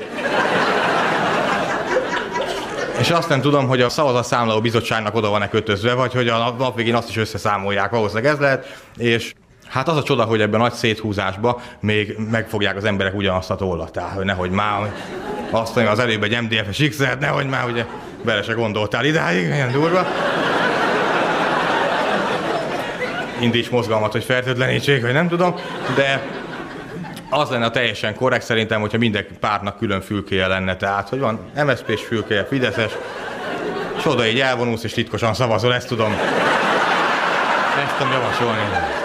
És azt nem tudom, hogy a szavazatszámláló bizottságnak oda van-e kötözve, vagy hogy a nap végén azt is összeszámolják, valószínűleg ez lehet. És hát az a csoda, hogy ebben a nagy széthúzásba még megfogják az emberek ugyanazt a tollat. Tehát, hogy nehogy már azt mondja az előbb egy MDF-es X-et, nehogy már ugye bele se gondoltál idáig, ilyen durva. Indíts mozgalmat, hogy fertőtlenítsék, vagy nem tudom, de az lenne teljesen korrekt szerintem, hogyha minden pártnak külön fülkéje lenne, tehát, hogy van MSZP-s fülkéje, Fideszes, és oda így elvonulsz, és titkosan szavazol, ezt tudom javasolni.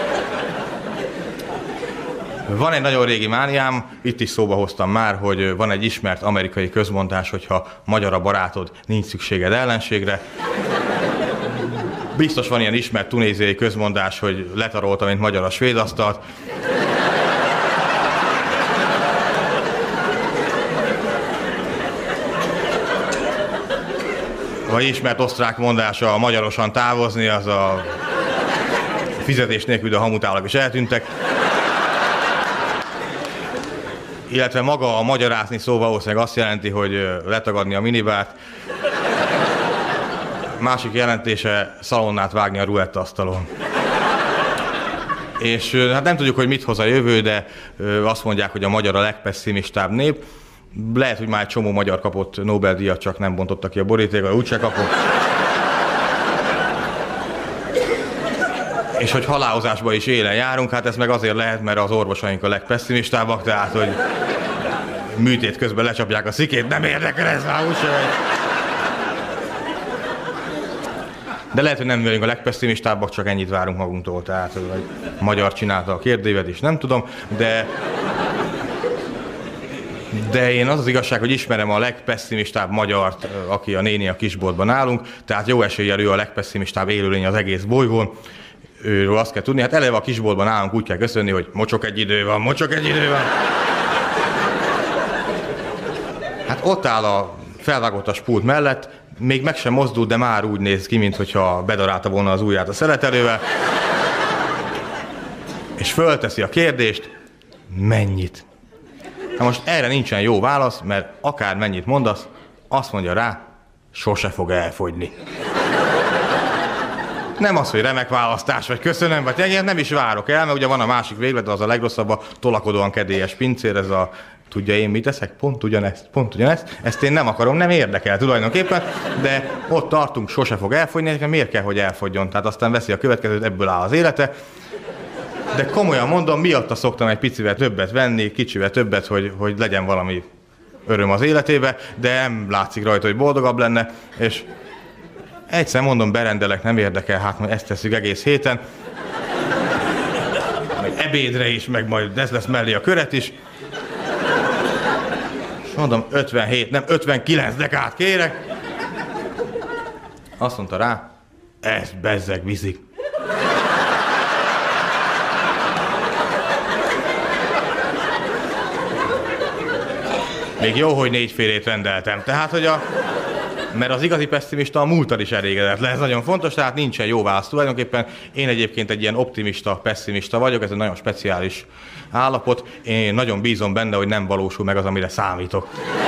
Van egy nagyon régi mániám, itt is szóba hoztam már, hogy van egy ismert amerikai közmondás, hogyha magyar a barátod, nincs szükséged ellenségre. Biztos van ilyen ismert tunéziai közmondás, hogy letarolta, mint magyar a svéd asztalt. Vagy ismert osztrák mondása, a magyarosan távozni, az a fizetés nélkül, de a hamutálak is eltűntek. Illetve maga a magyarázni szó valószínűleg azt jelenti, hogy letagadni a minibárt. Másik jelentése szalonnát vágni a rulettasztalon. És hát nem tudjuk, hogy mit hoz a jövő, de azt mondják, hogy a magyar a legpesszimistább nép. Lehet, hogy már egy csomó magyar kapott Nobel-díjat, csak nem bontotta ki a borítékot, úgyse kapott. És hogy halálozásba is élen járunk, hát ez meg azért lehet, mert az orvosaink a legpesszimistábbak, tehát, hogy műtét közben lecsapják a szikét, nem érdekel ez már úgyse. De lehet, hogy nem vagyunk a legpesszimistábbak, csak ennyit várunk magunktól, tehát hogy a magyar csinálta a kérdévet is, nem tudom, de én az igazság, hogy ismerem a legpesszimistább magyart, aki a néni a kisboltban nálunk, tehát jó eséllyel ő a legpesszimistább élőlény az egész bolygón. Őről azt kell tudni, hát eleve a kisboltban nálunk úgy kell köszönni, hogy mocsok egy idő van, mocsok egy idő van. ott áll a felvágottas pult mellett, még meg sem mozdul, de már úgy néz ki, mintha bedarálta volna az ujját a szeletelővel. És fölteszi a kérdést, mennyit? Na most erre nincsen jó válasz, mert akár mennyit mondasz, azt mondja rá, sose fog elfogyni. Nem az, hogy remek választás, vagy köszönöm, vagy egyébként nem is várok el, mert ugye van a másik véglet, az a legrosszabb, a tolakodóan kedélyes pincér, ez a tudja én mit teszek? Pont ugyanezt. Ezt én nem akarom, nem érdekel tulajdonképpen, de ott tartunk, sose fog elfogyni, miért kell, hogy elfogyjon? Tehát aztán veszi a következőt, ebből áll az élete. De komolyan mondom, miatta szoktam egy picivel többet venni, kicsivel többet, hogy legyen valami öröm az életébe, de nem látszik rajta, hogy boldogabb lenne, és egyszer mondom, berendelek, nem érdekel, hát majd ezt tesszük egész héten. Meg ebédre is, meg majd ez lesz mellé a köret is. És mondom, 57, nem 59 dekát kérek. Azt mondta rá, ez bezzeg viszik. Még jó, hogy 4 félét rendeltem. Tehát, hogy mert az igazi pessimista a múlttal is elégedett le. Ez nagyon fontos, tehát nincsen jó válasz tulajdonképpen. Én egyébként egy ilyen optimista, pessimista vagyok, ez egy nagyon speciális állapot. Én nagyon bízom benne, hogy nem valósul meg az, amire számítok.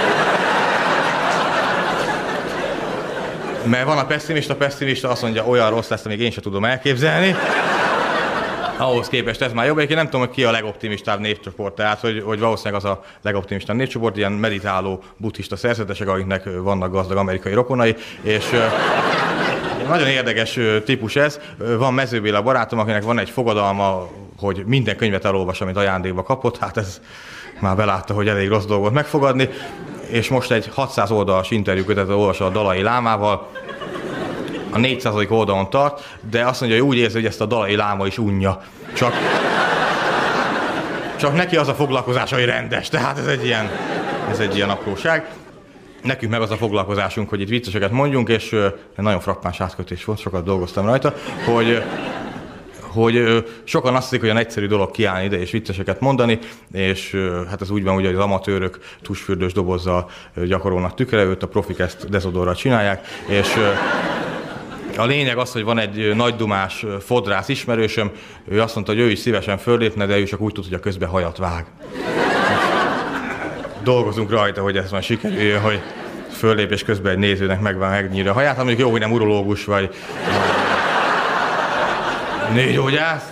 Mert van a pessimista azt mondja, olyan rossz lesz, amíg én sem tudom elképzelni. Ahhoz képest ez már jobb. Egyébként nem tudom, hogy ki a legoptimistább népcsoport, tehát hogy valószínűleg az a legoptimistább népcsoport, ilyen meditáló buddhista szerzetesek, akiknek vannak gazdag amerikai rokonai, és nagyon érdekes típus ez. Van Mező Béla barátom, akinek van egy fogadalma, hogy minden könyvet elolvas, amit ajándékba kapott, hát ez már belátta, hogy elég rossz dolgot megfogadni, és most egy 600 oldalas interjúkötetet olvas a Dalai Lámával, a 400. oldalon tart, de azt mondja, hogy úgy érzi, hogy ezt a Dalai Láma is unja. Csak neki az a foglalkozás, hogy rendes, tehát ez egy ilyen apróság. Nekünk meg az a foglalkozásunk, hogy itt vicceseket mondjunk, és nagyon frappáns átkötés volt, sokat dolgoztam rajta, hogy sokan azt hiszik, hogy olyan egyszerű dolog kiállni ide és vicceseket mondani, és hát ez úgy van, hogy az amatőrök tusfürdős dobozzal gyakorolnak tükörevőt, a profik ezt dezodorral csinálják, és a lényeg az, hogy van egy nagydumás fodrász ismerősöm, ő azt mondta, hogy ő is szívesen föllépne, de ő csak úgy tud, hogy a közben hajat vág. Dolgozunk rajta, hogy ez majd sikerüljön, hogy föllépés közben egy nézőnek megnyírja a haját, mondjuk jó, hogy nem urológus vagy nőgyógyász.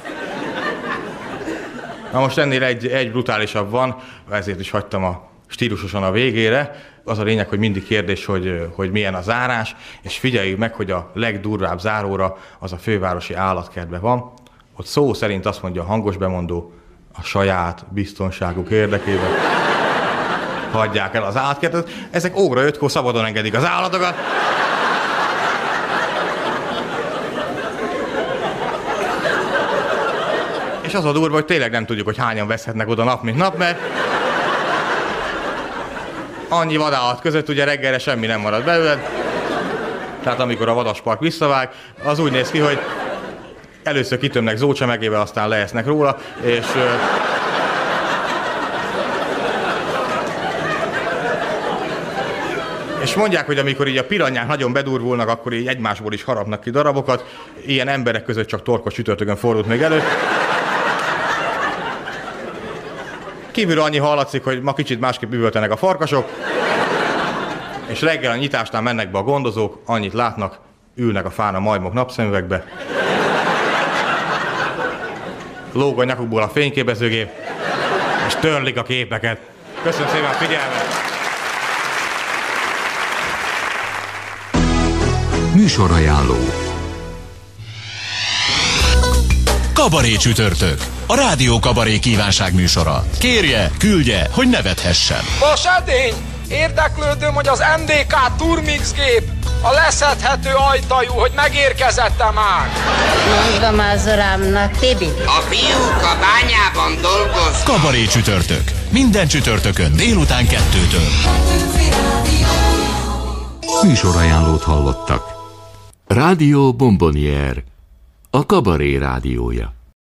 Na most ennél egy brutálisabb van, ezért is hagytam a stílusosan a végére. Az a lényeg, hogy mindig kérdés, hogy milyen a zárás, és figyeljük meg, hogy a legdurvább záróra az a fővárosi állatkertben van. Ott szó szerint azt mondja a hangos bemondó, a saját biztonságuk érdekében hagyják el az állatkertet. Ezek óra 5-kor szabadon engedik az állatokat. És az a durva, hogy tényleg nem tudjuk, hogy hányan veszhetnek oda nap, mint nap, mert annyi vadállat között ugye reggelre semmi nem marad belőled. Tehát amikor a vadaspark visszavág, az úgy néz ki, hogy először kitömnek zócsemegével, aztán leesznek róla, és mondják, hogy amikor így a piranyák nagyon bedurvulnak, akkor így egymásból is harapnak ki darabokat. Ilyen emberek között csak Torkos csütörtökön fordult még elő. Kívülről annyi hallatszik, hogy ma kicsit másképp üvöltenek a farkasok, és reggel a nyitásnál mennek be a gondozók, annyit látnak, ülnek a fán a majmok napszemüvegbe, lóg a nyakukból a fényképezőgép, és törlik a képeket. Köszönöm szépen a figyelmet! Műsorajánló. Kabaré csütörtök. A Rádió Kabaré kívánság műsora. Kérje, küldje, hogy nevethessen. Vas edény! Érdeklődöm, hogy az MDK Turmix gép a leszedhető ajtajú, hogy megérkezette már. Mondom az uramnak, Tibi. A fiúk a bányában dolgoz. Kabaré csütörtök. Minden csütörtökön délután 2-től. Műsorajánlót hallottak. Rádió Bombonier. A Kabaré rádiója.